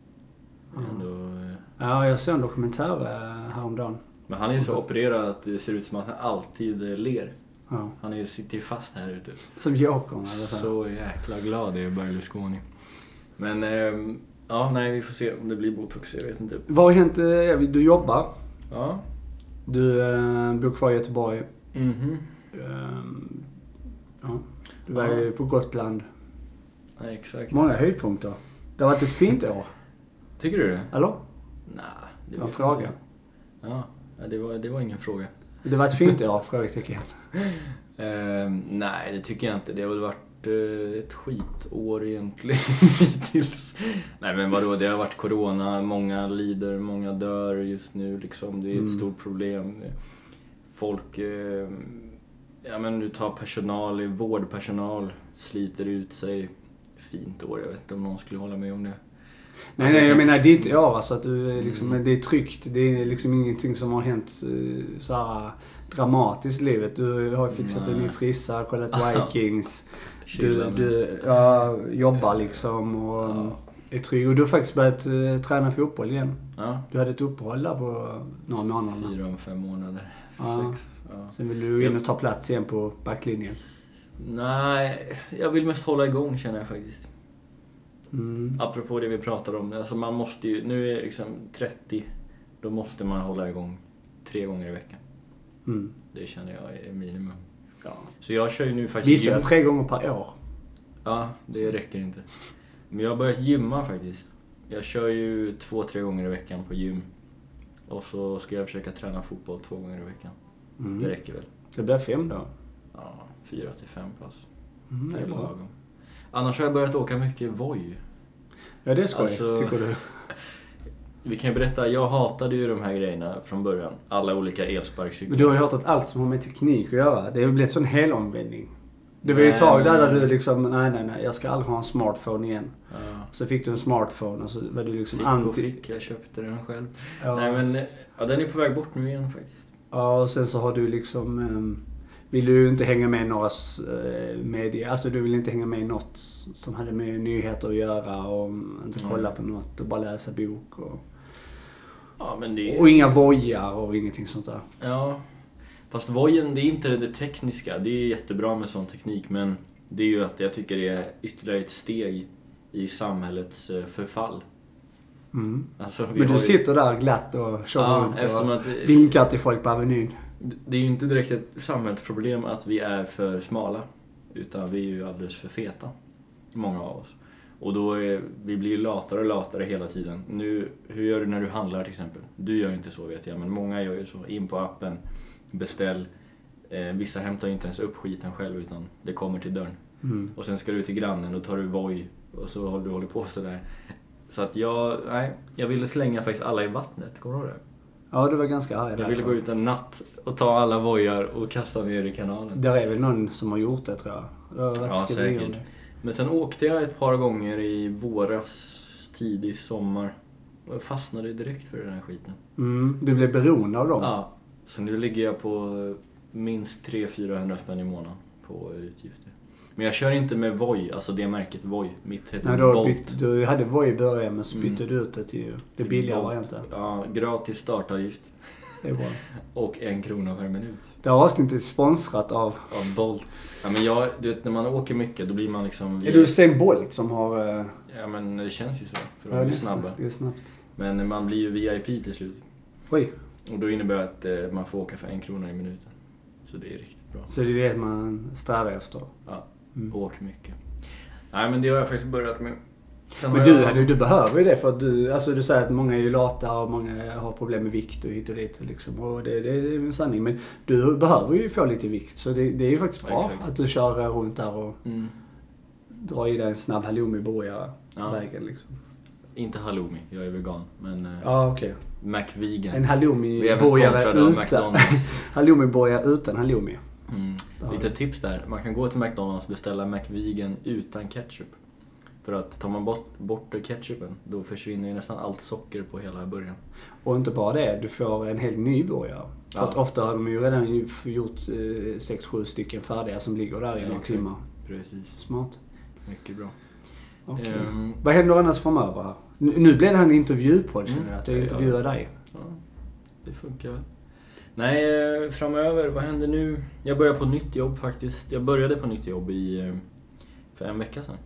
Mm. Ändå, eh... Ja, jag såg en dokumentär häromdagen. Men han är ju så opererad att det ser ut som att han alltid ler. Ja. Han är, sitter ju fast här ute. Som Jokern eller så. Så jäkla glad är Berlusconi. Men eh, ja, nej, vi får se om det blir botox, jag vet inte. Vad har hänt? Du jobbar. Ja. Du eh, bor kvar i Göteborg. Mhm. Um, ja. Du var ju ja. på Gotland. Ja, exakt. Många höjdpunkter. Det har varit ett fint år. Tycker du det? Eller? Nej, det var en fråga. Inte. Ja, det var, det var ingen fråga. Det var ett fint år, frågetecken. uh, nej, det tycker jag inte. Det har väl varit uh, ett skitår egentligen hittills. Nej, men vadå? Det har varit corona. Många lider, många dör just nu. Liksom. Det är ett mm. stort problem. Folk... Uh, ja, men du tar personal, vårdpersonal, sliter ut sig. Fint år, jag vet inte om någon skulle hålla med om det. Nej, alltså, nej, jag menar ditt år, alltså att du liksom, mm. det är tryggt. Det är liksom ingenting som har hänt så här dramatiskt i livet. Du har fixat nej. en ny frissa, kollat Vikings. du du ja, jobbar liksom och ja. är trygg. Och du har faktiskt börjat uh, träna fotboll igen. Ja. Du hade ett uppehåll där på några månader. Fyra, fem månader. Ja. Sex. Ja. Sen vill du in och ta plats igen på backlinjen. Nej, jag vill mest hålla igång känner jag faktiskt. Mm. Apropå det vi pratade om, alltså man måste ju, nu är det liksom trettio, då måste man hålla igång tre gånger i veckan. Mm. Det känner jag är minimum. Ja. Så jag kör ju nu faktiskt... Vi kör tre gånger per år. Ja, det räcker inte. Men jag har börjat gymma faktiskt. Jag kör ju två, tre gånger i veckan på gym. Och så ska jag försöka träna fotboll två gånger i veckan. Mm. Det räcker väl. Det blir fem då? Ja, fyra till fem pass. Mm, det är bra. Annars har jag börjat åka mycket Voi. Ja, det är skoj, alltså, tycker du? Vi kan ju berätta, jag hatade ju de här grejerna från början. Alla olika elsparkcyklar. Men du har ju hört att allt som har med teknik att göra, det har blivit sån helomvändning. Det var ju ett tag där, där du liksom, nej nej nej, jag ska aldrig ha en smartphone igen. Ja. Så fick du en smartphone och så var du liksom fick anti... och fick, jag köpte den själv. Ja. Nej men, ja, den är på väg bort nu igen faktiskt. Ja, och sen så har du liksom, um, vill du inte hänga med några uh, media, alltså du vill inte hänga med i något som hade med nyheter att göra och inte kolla mm. på något och bara läsa bok och... Ja, men det är... Och inga vojar och ingenting sånt där. Ja, fast vojen, det är inte det tekniska. Det är jättebra med sån teknik, men det är ju att jag tycker det är ytterligare ett steg i samhällets förfall. Mm. Alltså, men du ju... sitter där glatt och kör ja, runt och att... vinkar till folk på Avenyn. Det är ju inte direkt ett samhällsproblem att vi är för smala, utan vi är ju alldeles för feta, många av oss. Och då är, vi blir ju latare och latare hela tiden. Nu, hur gör du när du handlar till exempel? Du gör inte så vet jag, men många gör ju så. In på appen, beställ. Eh, vissa hämtar ju inte ens upp skiten själv utan det kommer till dörren. Mm. Och sen ska du till grannen och tar du Voi och så håller du håller på sådär. Så att jag, nej, jag ville slänga faktiskt alla i vattnet, kommer du ihåg det? Ja, det var ganska arg. Jag ville gå ut en natt och ta alla vojar och kasta ner i kanalen. Det är väl någon som har gjort det tror jag. Det ja, säkert. Men sen åkte jag ett par gånger i våras, tidig sommar. Och jag fastnade direkt för den här skiten. Mm, du blev beroende av dem? Ja, så nu ligger jag på minst tre till fyrahundra spänn i månaden på utgifter. Men jag kör inte med Voi, alltså det märket Voi. Mitt heter Nej, då Bolt. Bytt, du hade Voi i början men så bytte mm. du ut det till det billigare varianten. Ja, gratis startavgift. Det är bra. Och en krona per minut. Det har avsnittet sponsrat av... Av Bolt. Ja, men jag, du vet, när man åker mycket då blir man liksom... Är du sen Bolt som har... Uh... Ja, men det känns ju så. För ja, de är snabba. Det är snabbt. Men man blir ju V I P till slut. Oj. Och då innebär det att uh, man får åka för en krona i minuten. Så det är riktigt bra. Så det är det man strävar efter? Ja, mm. åk mycket. Nej, men det har jag faktiskt börjat med. Sen men du, jag... du, du behöver ju det för att du, alltså du säger att många är ju lata och många har problem med vikt och hit och dit liksom, och det, det är en sanning, men du behöver ju få lite vikt så det, det är ju faktiskt bra ja, att du kör runt där och mm. drar i dig en snabb halloumi-burgare ja. vägen liksom. Inte halloumi, jag är vegan, men ja, okej. Okay. McVegan. En halloumi-burgare utan halloumi-burgare utan halloumi. Mm. Lite tips där, man kan gå till McDonald's och beställa McVegan utan ketchup. För att tar man bort, bort ketchupen, då försvinner ju nästan allt socker på hela burgaren. Och inte bara det, du får en helt ny burgare. För ja. att ofta har de ju redan gjort eh, sex sju stycken färdiga som ligger där i några timmar. Precis. Smart. Mycket bra. Okay. Um, Vad händer annars framöver? Nu, nu blev det här en intervjupodd, känner mm, jag, att jag intervjuar dig. Ja, det funkar väl. Nej, framöver, vad händer nu? Jag börjar på nytt jobb faktiskt. Jag började på nytt jobb i, för en vecka sedan.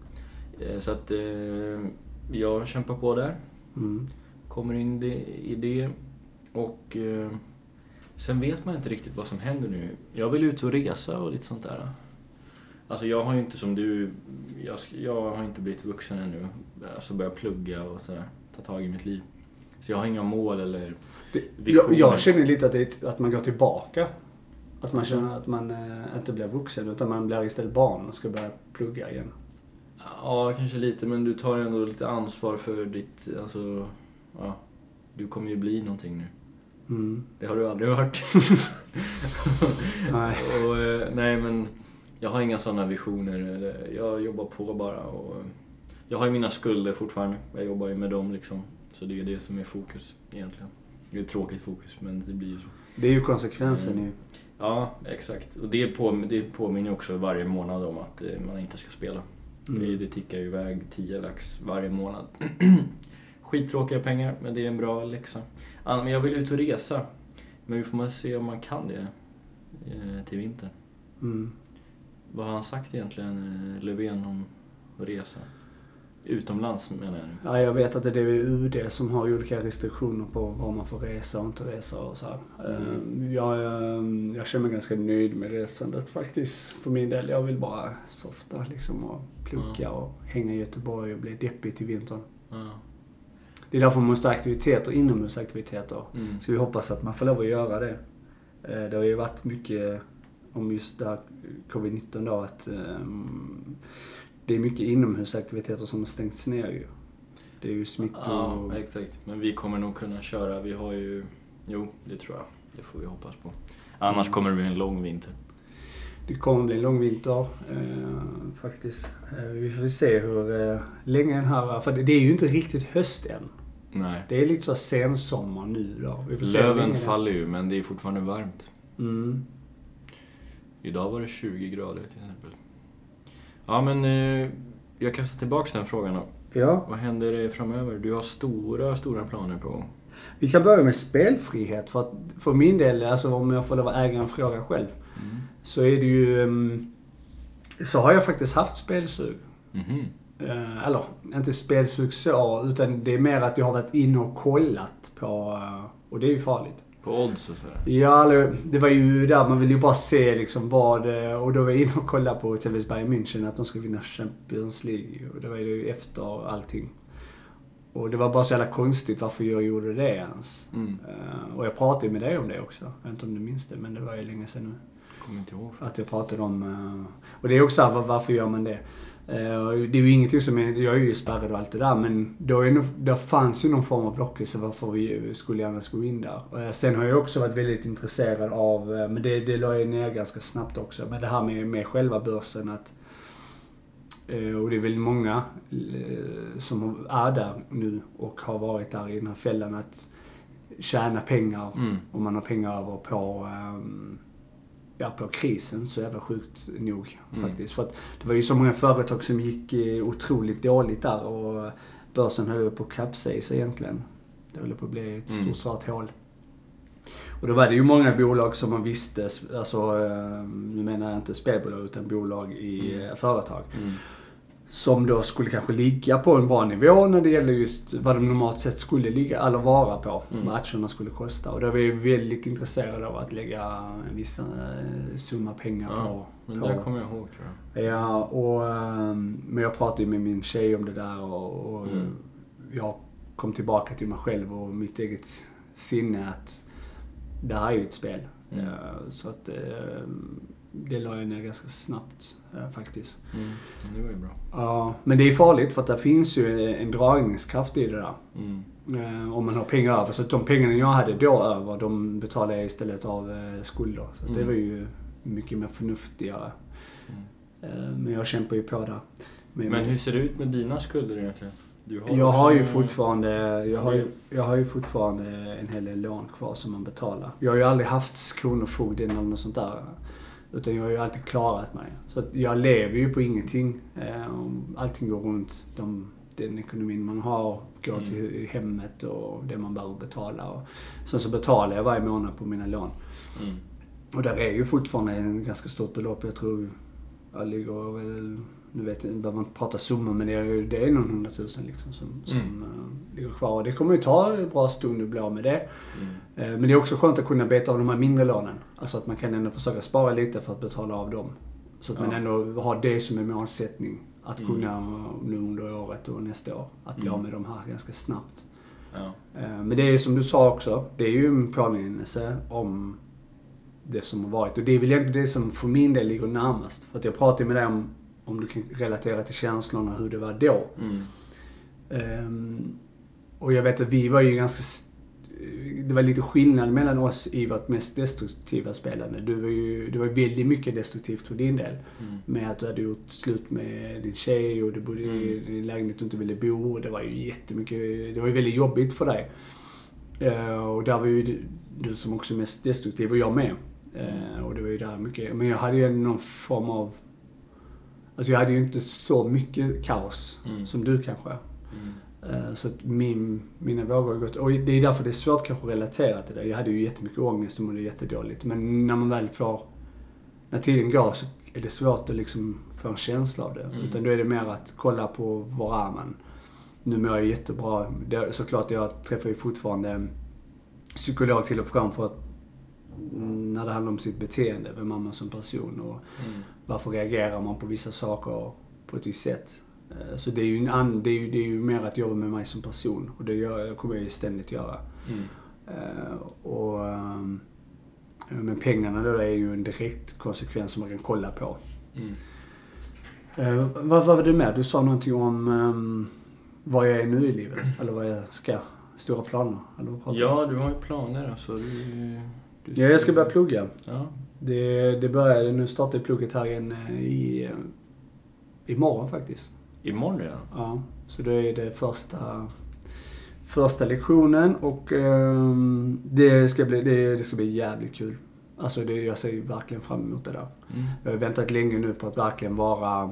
Så att eh, jag kämpar på där. Mm. Kommer in det, i det. Och eh, sen vet man inte riktigt vad som händer nu. Jag vill ut och resa och lite sånt där. Alltså jag har ju inte som du, jag, jag har inte blivit vuxen ännu. Alltså börja plugga och sådär, ta tag i mitt liv. Så jag har inga mål eller visioner. Jag, jag känner lite att, det, att man går tillbaka. Att man känner att man äh, inte blir vuxen utan man blir istället barn och ska börja plugga igen. Ja, kanske lite, men du tar ändå lite ansvar för ditt, alltså, ja, du kommer ju bli någonting nu. Mm. Det har du aldrig hört. Nej. Och, nej, men jag har inga sådana visioner. Jag jobbar på bara och jag har ju mina skulder fortfarande. Jag jobbar ju med dem liksom, så det är det som är fokus egentligen. Det är ett tråkigt fokus, men det blir ju så. Det är ju konsekvensen mm. ju. Ja, exakt. Och det, på, det påminner också varje månad om att man inte ska spela. Mm. Det tickar ju iväg tio lax varje månad. Skittråkiga pengar, men det är en bra läxa. Men jag vill ut och resa. Men vi får man se om man kan det till vintern. Mm. Vad har han sagt egentligen, Löfven, om att resa? Utomlands menar jag nu. Ja, jag vet att det är U D som har olika restriktioner på var man får resa och inte resa och så här. Mm. Jag, jag känner mig ganska nöjd med resandet faktiskt. För min del, jag vill bara softa liksom och plugga mm. och hänga i Göteborg och bli deppig till vintern. Mm. Det är därför man måste ha aktiviteter, inomhusaktiviteter. Mm. Så vi hoppas att man får lov att göra det. Det har ju varit mycket om just där covid nitton då, att um, det är mycket inomhusaktiviteter som har stängts ner ju. Det är ju smitt och... Ja, exakt. Men vi kommer nog kunna köra. Vi har ju... Jo, det tror jag. Det får vi hoppas på. Annars kommer det bli en lång vinter. Det kommer bli en lång vinter, eh, faktiskt. Eh, vi får se hur eh, länge den här... För det, det är ju inte riktigt höst än. Nej. Det är lite så sensommar nu då. Vi får Löven se faller ju, men det är fortfarande varmt. Mm. Idag var det tjugo grader till exempel. Ja, men eh, jag kastar tillbaka den frågan då. Ja. Vad händer framöver? Du har stora, stora planer på... Vi kan börja med spelfrihet. För, att, för min del, alltså om jag får lov att äga en fråga själv. Mm. Så är det ju... Så har jag faktiskt haft spelsug. Mm-hmm. Eh, eller, inte spelsug så, utan det är mer att jag har varit inne och kollat på... Och det är ju farligt. På odds och sådär? Ja, det var ju där man vill ju bara se liksom vad... Och då var jag inne och kollade på till exempel Bayern München att de skulle vinna Champions League. Och det var ju efter allting. Och det var bara så jävla konstigt varför jag gjorde det ens. Mm. Uh, och jag pratade ju med dig om det också. Jag vet inte om du minns det, men det var ju länge sedan nu. Jag kommer inte ihåg. Att jag pratade om... Uh, och det är också var, varför gör man det? Uh, det är ju ingenting som... Är, jag är ju spärrad och allt det där, men då, är nog, då fanns ju någon form av lockelse varför vi skulle gärna gå in där. Uh, sen har jag också varit väldigt intresserad av... Uh, men det, det la jag ner ganska snabbt också. Men det här med, med själva börsen att... Och det är väl många som är där nu och har varit där i den här fällan att tjäna pengar mm. om man har pengar över på, ja, på krisen, så jävla sjukt nog mm. faktiskt. För att det var ju så många företag som gick otroligt dåligt där och börsen höll på att kapsejsa egentligen. Det höll på att bli ett stort mm. svart hål. Och då var det ju många bolag som man visste, alltså nu menar jag inte spelbolag utan bolag i mm. företag. Mm. Som då skulle kanske ligga på en bra nivå när det gäller just vad de normalt sett skulle ligga eller vara på. Mm. Vad aktierna skulle kosta. Och då var vi väldigt intresserade av att lägga en viss summa pengar ja, på. Men på. det kommer jag ihåg, tror jag. Ja, och, men jag pratade ju med min tjej om det där och, och mm. jag kom tillbaka till mig själv och mitt eget sinne att det här är ju ett spel. Mm. Så att det la jag ner ganska snabbt faktiskt. Mm. Det var ju bra. Ja, men det är farligt för att det finns ju en dragningskraft i det där. Mm. Om man har pengar över. Så att de pengarna jag hade då över, de betalade jag istället av skulder. Så mm. det var ju mycket mer förnuftigare. Mm. Men jag kämpar ju på där. Men, men hur ser det ut med dina skulder egentligen? Du har jag har ju fortfarande jag har ju, jag har ju fortfarande en hel del lån kvar som man betalar. Jag har ju aldrig haft kronofogden eller något sånt där. Utan jag har ju alltid klarat mig. Så att jag lever ju på ingenting. Allting går runt de, den ekonomin man har. Går mm. till hemmet och det man behöver betala. Och sen så betalar jag varje månad på mina lån. Mm. Och där är ju fortfarande en ganska stort belopp. Jag tror jag ligger väl... Nu vet jag, behöver man inte prata summor, men det är, det är någon hundratusen liksom som, som mm. uh, ligger kvar. Och det kommer ju ta en bra stund att bli av med det. Mm. Uh, men det är också skönt att kunna beta av de här mindre lånen. Alltså att man kan ändå försöka spara lite för att betala av dem. Så att ja. man ändå har det som en målsättning. Att mm. kunna nu under året och nästa år. Att bli mm. av med de här ganska snabbt. Ja. Uh, men det är som du sa också, det är ju en påminnelse om det som har varit. Och det är väl egentligen det som för min del ligger närmast. För att jag pratade med dig om om du kan relatera till känslorna hur det var då. Mm. Um, och jag vet att vi var ju ganska... Det var lite skillnad mellan oss i vårt mest destruktiva spelande. Du var ju, det var väldigt mycket destruktivt för din del. Mm. Med att du hade gjort slut med din tjej och du bodde mm. i din lägenhet du inte ville bo. Det var ju jättemycket... Det var ju väldigt jobbigt för dig. Uh, och där var ju du, du som också mest destruktiv och jag med. Uh, och det var ju där mycket... Men jag hade ju någon form av... Alltså jag hade ju inte så mycket kaos mm. som du kanske. Mm. Så att min, mina vågor har gått... Och det är därför det är svårt kanske att relatera till det. Jag hade ju jättemycket ångest och mådde jättedåligt. Men när man väl får... När tiden går så är det svårt att liksom få en känsla av det. Mm. Utan då är det mer att kolla på var är man. Nu mår jag jättebra. Det, såklart jag träffar ju fortfarande psykolog till och från för att när det handlar om sitt beteende, vem man är som person och mm. varför reagerar man på vissa saker på ett visst sätt. Så det är ju, en an, det är ju, det är ju mer att jobba med mig som person och det gör, kommer jag ju ständigt göra. Mm. Uh, och, um, Men pengarna då är ju en direkt konsekvens som man kan kolla på. Mm. Uh, vad, vad var det med? Du sa någonting om um, vad jag är nu i livet. Eller vad jag ska. Stora planer. Eller ja, du har ju planer. Alltså, du, du ska... Ja, jag ska börja plugga. Ja. Det, det började, nu startar jag plugget här igen i, imorgon faktiskt. Imorgon redan? Ja, så det är det första, första lektionen och um, det, ska bli, det, det ska bli jävligt kul. Alltså det, jag ser verkligen fram emot det där. Mm. Jag har väntat länge nu på att verkligen vara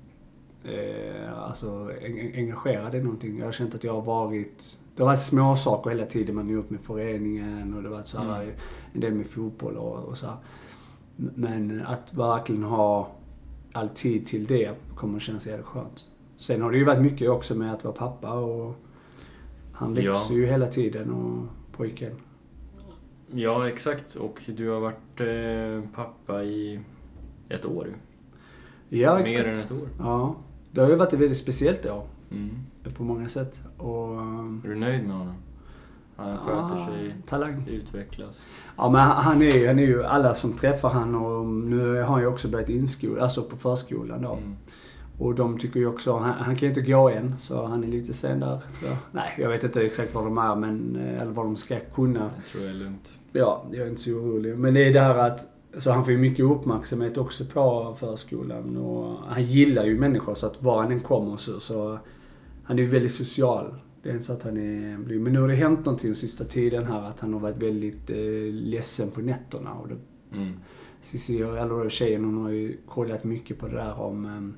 eh, alltså, engagerad i någonting. Jag har känt att jag har varit, det har varit små saker hela tiden man har gjort med föreningen och det har varit så här, mm. en del med fotboll och, och så här. Men att verkligen ha all tid till det kommer att kännas jävligt skönt. Sen har det ju varit mycket också med att vara pappa och han växer ja. ju hela tiden och pojken. Ja, exakt. Och du har varit eh, pappa i ett år. Ja, exakt. Mer än ett år. Ja, det har ju varit ett väldigt speciellt år. Mm. På många sätt. Och, är du nöjd med honom? Han sköter ja, sig, talang. Utvecklas. Ja, men han är, han är ju, alla som träffar han och nu har han ju också börjat inskola, alltså på förskolan då. Mm. Och de tycker ju också, han, han kan ju inte gå än, så han är lite sen där, tror jag. Nej, jag vet inte exakt vad de är, men, eller vad de ska kunna. Jag tror det är lugnt. Ja, jag är inte så orolig. Men det är det här att, så han får ju mycket uppmärksamhet också på förskolan. Och han gillar ju människor, så att var han än kommer så, så han är ju väldigt social. Det är inte så att han är, men nu har det hänt någonting sista tiden här, att han har varit väldigt eh, ledsen på nätterna. Och det, mm. Cici, eller tjejen, hon har ju kollat mycket på det där om, um,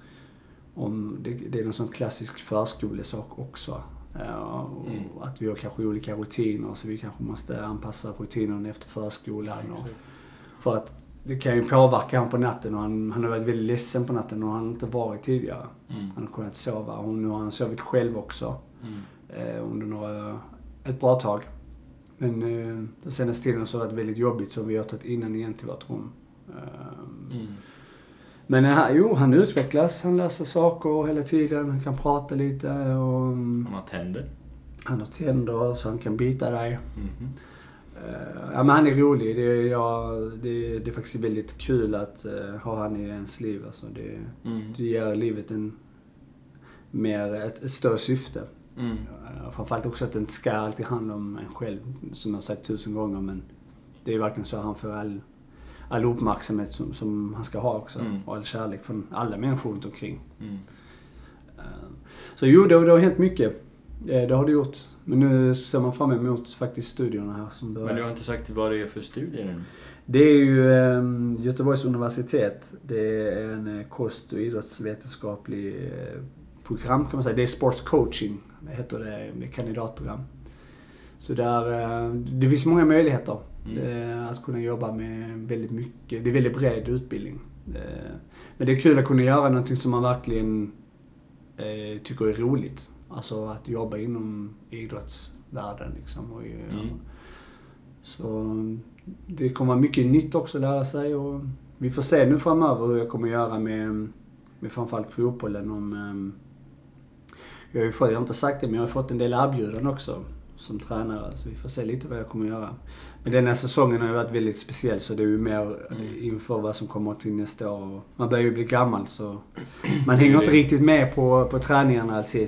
om det, det är någon sån klassisk förskolesak också. Uh, och mm. att vi har kanske olika rutiner, så vi kanske måste anpassa rutinerna efter förskolan. Och, för att det kan ju påverka han på natten, och han, han har varit väldigt ledsen på natten och han har inte varit tidigare. Mm. Han har kunnat sova och nu har han sovit själv också. Mm. Eh, under några, ett bra tag. Men eh, den senaste tiden så har det varit väldigt jobbigt, så vi har tagit innan igen till vårt rum. Eh, mm. Men eh, jo, han utvecklas, han läser saker hela tiden, han kan prata lite. Och, han har tänder. Han har tänder så han kan bita dig. Mm-hmm. Uh, ja, men han är rolig. Det är, ja, det, det är faktiskt väldigt kul att uh, ha han i ens liv. Alltså det, mm. det ger livet en mer, ett, ett större syfte. Mm. Uh, framförallt också att det inte ska alltid handla om en själv, som jag sagt tusen gånger. Men det är verkligen så att han får all, all uppmärksamhet som, som han ska ha också. Mm. Och all kärlek från alla människor runt omkring. Mm. Uh, så jo, det, det har hänt mycket. Det, det har det gjort. Men nu ser man fram emot faktiskt studierna här som börjar. Men du har inte sagt vad det är för studier nu? Det är ju um, Göteborgs universitet. Det är en uh, kost- och idrottsvetenskaplig uh, program kan man säga. Det är sports coaching, det heter det, med kandidatprogram. Så där, uh, det finns många möjligheter mm. uh, att kunna jobba med väldigt mycket. Det är väldigt bred utbildning. Uh, men det är kul att kunna göra någonting som man verkligen uh, tycker är roligt. Alltså att jobba inom idrottsvärlden liksom. Och, mm. Så det kommer vara mycket nytt också att lära sig. Och vi får se nu framöver hur jag kommer göra med, med framförallt fotbollen. Om, um, jag har ju fått, jag har inte sagt det, men jag har fått en del erbjudanden också som tränare. Så vi får se lite vad jag kommer göra. Men den här säsongen har ju varit väldigt speciell, så det är ju mer mm. inför vad som kommer till nästa år. Man börjar ju bli gammal, så man hänger inte riktigt med på, på träningarna alltid.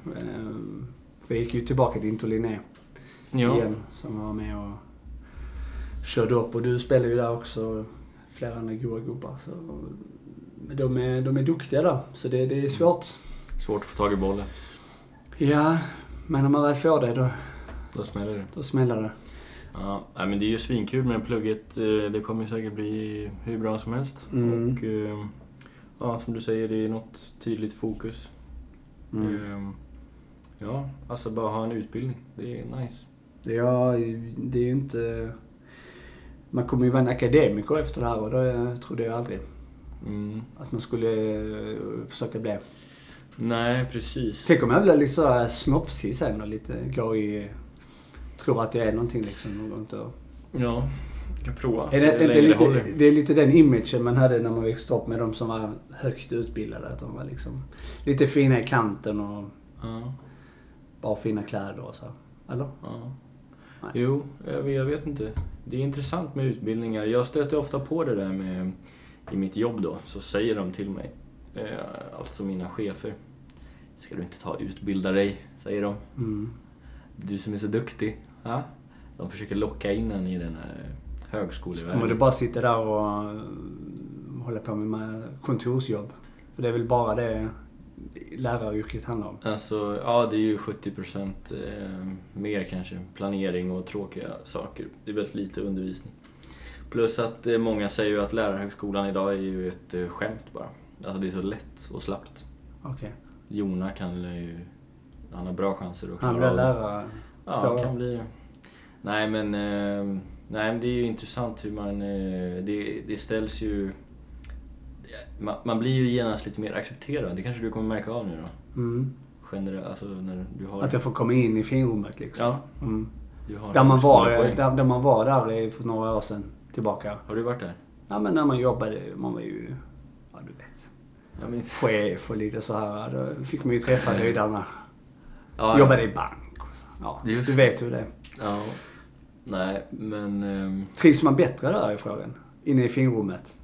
För jag gick ju tillbaka till Intoliné ja. igen, som var med och körde upp. Och du spelar ju där också, flera andra goa gubbar. Så de är, de är duktiga där, så det, det är svårt. Svårt att få tag i bollen. Ja, men om man väl får det då... Då smäller det. Då smäller det. Ja, men det är ju svinkul med plugget. Det kommer ju säkert bli hur bra som helst. Mm. Och ja, som du säger, det är något tydligt fokus. Mm. Ja, alltså bara ha en utbildning. Det är nice. Ja, det är ju inte... Man kommer ju vara en akademiker efter det här, och då trodde jag aldrig mm. att man skulle försöka bli. Nej, precis. Tänk om jag blir lite så snopsig sen och lite går i... Tror att jag är någonting liksom. Något och... Ja, jag kan prova. Är det, det, är lite, det är lite den imagen man hade när man växte upp med de som var högt utbildade. Att de var liksom lite fina i kanten och ja. bara fina kläder och så. Eller? Ja. Jo, jag, jag vet inte. det är intressant med utbildningar. Jag stöter ofta på det där med, i mitt jobb då, så säger de till mig, eh, alltså mina chefer, ska du inte ta utbilda dig, säger de. Mm. Du som är så duktig. Ja? De försöker locka in en i den här högskolevärlden. Kommer du bara sitta där och hålla på med kontorsjobb? För det är väl bara det läraryrket handlar om? Alltså, ja, det är ju sjuttio procent eh, mer kanske. Planering och tråkiga saker. Det är väldigt lite undervisning. Plus att eh, många säger ju att lärarhögskolan idag är ju ett eh, skämt bara. Alltså det är så lätt och slappt. Okej. Okay. Jona kan ju... Han har bra chanser att klara han blir lärare. Ja, han kan bli... Nej, men... Eh, nej, men det är ju intressant hur man... Eh, det, det ställs ju... Man, man blir ju genast lite mer accepterad. Det kanske du kommer märka av nu då. Mm. Generellt, alltså när du har... Att jag får komma in i finrummet liksom. Ja. Mm. Du har där, man var, där, där man var där för några år sedan tillbaka. Har du varit där? Ja, men när man jobbade, man var ju... Ja, du vet. Ja, men... Chef och lite så här. Då fick man ju träffa höjdarna. Ja, jobbade i bank och så. Ja, just. Du vet hur det är. Ja. Nej, men... Um... Trivs man bättre där i frågan? Inne i finrummet?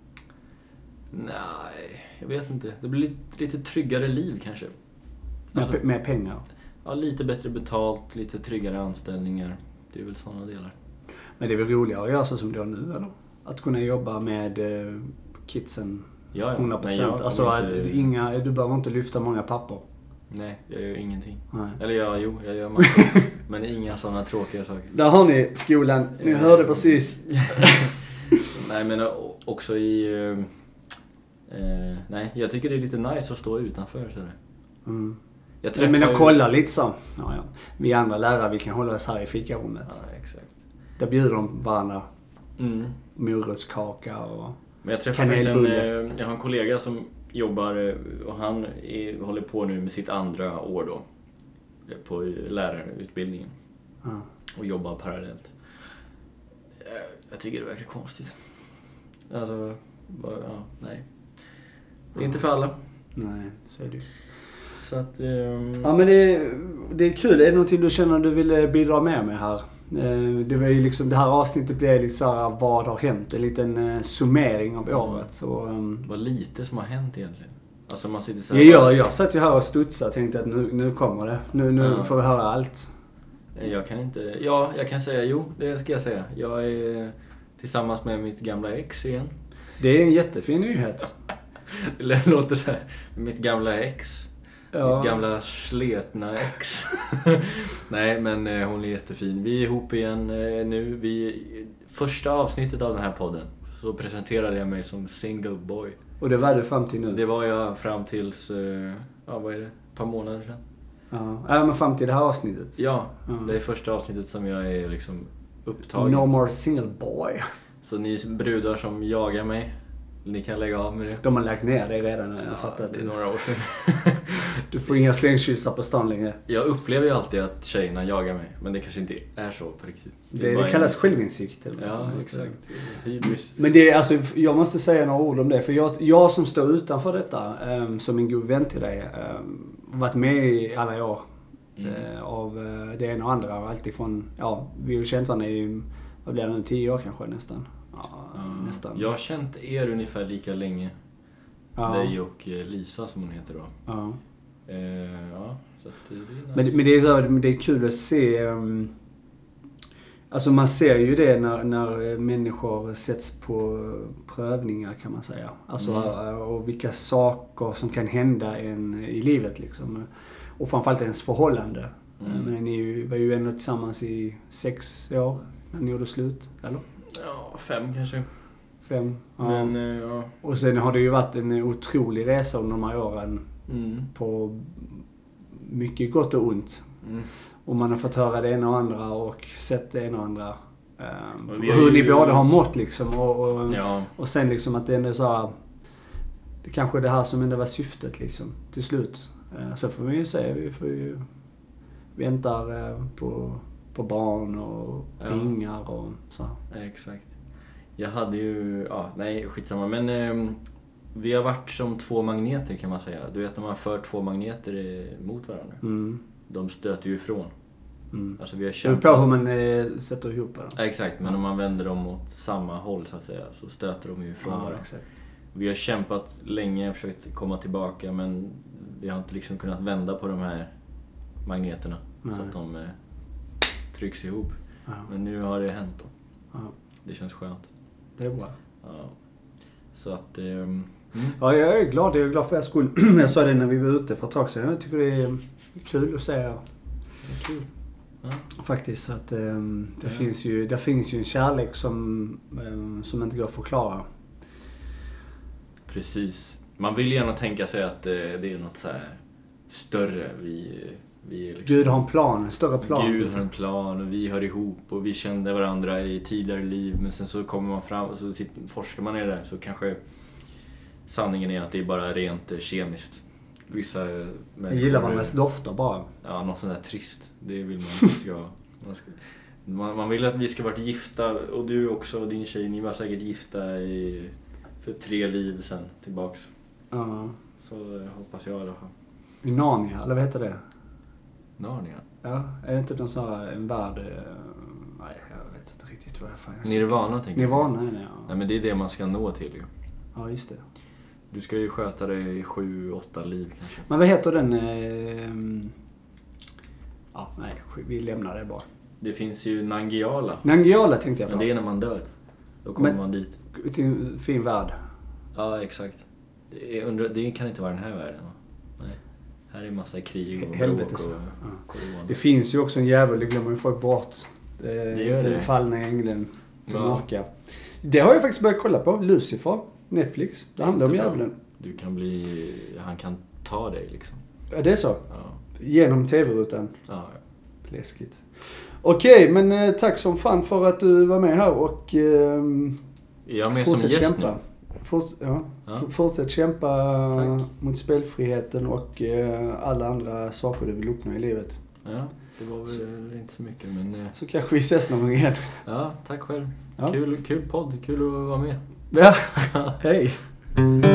Nej, jag vet inte. Det blir lite, lite tryggare liv kanske. Alltså, med, med pengar? Ja, lite bättre betalt, lite tryggare anställningar. Det är väl sådana delar. Men det är väl roligare att göra så som du gör nu, eller? Att kunna jobba med eh, kidsen ja, ja. hundra procent. Nej, alltså inte... att inga, du behöver inte lyfta många papper. Nej, jag gör ingenting. Nej. Eller ja, jo, jag gör massor. Men inga sådana tråkiga saker. Där har ni skolan. Ni hörde precis. Nej, men också i... Eh, nej, jag tycker det är lite nice att stå utanför. Så det. Mm. Jag träffar men jag ju... kollar lite så. Ja, ja. Vi andra lärare, vi kan hålla oss här i fikarummet. Ja, exakt. Där bjuder de varandra. Mm. Morotskaka och men jag träffar en, jag har en kollega som jobbar och han är, håller på nu med sitt andra år då på lärarutbildningen. Ja. Och jobbar parallellt. Jag tycker det verkar konstigt. Alltså, bara, ja, nej. Det är inte för alla. Nej, så är det ju. Så att... Um... Ja, men det, det är kul. Är det någonting du känner du vill bidra med mig här? Det var ju liksom, det här avsnittet blev lite så här, vad har hänt? En liten summering av mm. året. Så, um... vad lite som har hänt egentligen. Alltså man sitter så här... Jag, jag, jag satt ju här och studsade och tänkte att nu, nu kommer det. Nu, nu ja. får vi höra allt. Jag kan inte... Ja, jag kan säga jo, det ska jag säga. Jag är tillsammans med mitt gamla ex igen. Det är en jättefin nyhet. Det låter så här. Mitt gamla ex. Ja. Mitt gamla sletna ex. Nej, men eh, hon är jättefin. Vi är ihop igen eh, nu. Vi, första avsnittet av den här podden så presenterade jag mig som single boy. Och det var du fram till nu? Det var jag fram tills, eh, ja vad är det, ett par månader sedan. Ja, ja men fram till det här avsnittet. Ja, ja. Det är första avsnittet som jag är liksom upptagen. No more single boy. Så ni brudar som jagar mig, ni kan lägga av med det. De har lagt ner det redan. Ja, jag fattar det är några år sedan. Du får inga slängkyssar på stan längre. Jag upplever ju alltid att tjejerna jagar mig, men det kanske inte är så på riktigt. Det, det, det kallas en... självinsikt. Eller? Ja, exakt. Hybris. Men det är, alltså, jag måste säga några ord om det. För jag, jag som står utanför detta, um, som en god vän till dig, um, varit med i alla år. Mm. Uh, av uh, det ena och andra. Alltifrån, ja, vi har känt varandra i, vad blir det nu, tio år kanske nästan. Ja, mm. nästan. Jag har känt er ungefär lika länge. Ja. Dig och Lisa som hon heter då. Ja. Uh, ja, så att det är nice. Men, men det är så, det är kul att se. Um, alltså man ser ju det när, när människor sätts på prövningar kan man säga. Alltså mm. och vilka saker som kan hända en i livet liksom. Och framförallt ens förhållande. Mm. Men ni var ju ändå tillsammans i sex år när ni gjorde slut, eller? Ja, fem kanske. Fem, ja. Men, ja. Och sen har det ju varit en otrolig resa under de här åren. Mm. På mycket gott och ont. Mm. Och man har fått höra det ena och andra och sett det ena och andra. Um, och hur ju... ni båda har mått liksom. Och, och, ja. och sen liksom att det ändå så här, det kanske är det här som ändå var syftet liksom, till slut. Uh, så får vi ju säga, vi får ju väntar uh, på, på barn och ja. ringar och så. Ja, exakt. Jag hade ju, ja nej skitsamma, men um, vi har varit som två magneter kan man säga. Du vet när man för två magneter mot varandra. Mm. De stöter ju ifrån. Mm. Alltså vi har kämpat... Det beror på hur man eh, sätter ihop det. Ja, exakt, men om man vänder dem åt samma håll så att säga så stöter de ju ifrån varandra. Ja, vi har kämpat länge och försökt komma tillbaka men vi har inte liksom kunnat vända på de här magneterna. Nej. Så att de eh, trycks ihop. Ja. Men nu har det hänt då. Ja. Det känns skönt. Det är bra. Ja. Så att... Eh, mm. Ja, jag är glad. Jag är glad för er skull. Jag sa det när vi var ute för ett tag sedan. Jag tycker det är kul att se er. Kul. Ja. Faktiskt att um, det, ja. finns ju, det finns ju en kärlek som, um, som inte går att förklara. Precis. Man vill gärna tänka sig att uh, det är något så här större. Vi, vi är liksom, Gud har en plan, en större plan. Gud har en plan och vi hör ihop och vi kände varandra i tidigare liv. Men sen så kommer man fram och så sitter, forskar man i det där så kanske sanningen är att det är bara rent uh, kemiskt. Vissa jag gillar man mest dofter bara. Ja, något sånt där trist. Det vill man inte ska, man, ska man, man vill att vi ska vara gifta. Och du också och din tjej, ni var säkert gifta i, för tre liv sen tillbaks. Ja. Så hoppas jag i alla fall. I Narnia, eller vad heter det? Narnia? Ja, är det inte någon sån här en värld... Nej, jag vet inte riktigt vad jag fan... Nirvana tänker jag. Nirvana är det, ja. Nej, men det är det man ska nå till ju. Ja, just det. Du ska ju sköta dig i sju, åtta liv kanske. Men vad heter den? Eh... Ja, nej, vi lämnar det bara. Det finns ju Nangiala. Nangiala tänkte jag på. Men det är när man dör. Då kommer Men, man dit. Till en fin värld. Ja, exakt. Det, är under, det kan inte vara den här världen. Nej. Här är massa krig och helvetes. Och, ja. Det finns ju också en jävel, det glömmer ju folk bort. Det, det gör det. Den fallna ängeln på ja. Maka. Det har jag faktiskt börjat kolla på. Lucifer. Netflix. Det handlar om djävulen. Du kan bli... Han kan ta dig liksom. Ja, det är så? Ja. Genom tv-rutan? Ja. Läskigt. Okej, men eh, tack som fan för att du var med här och... Eh, jag är med som gäst kämpa. Forts- ja. Ja. Fortsätt kämpa tack. Mot spelfriheten och eh, alla andra saker du vill uppnå i livet. Ja, det var väl så, inte så mycket, men... Så, så kanske vi ses någon gång igen. Ja, tack själv. Ja. Kul, kul podd, kul att vara med. Ja, hej.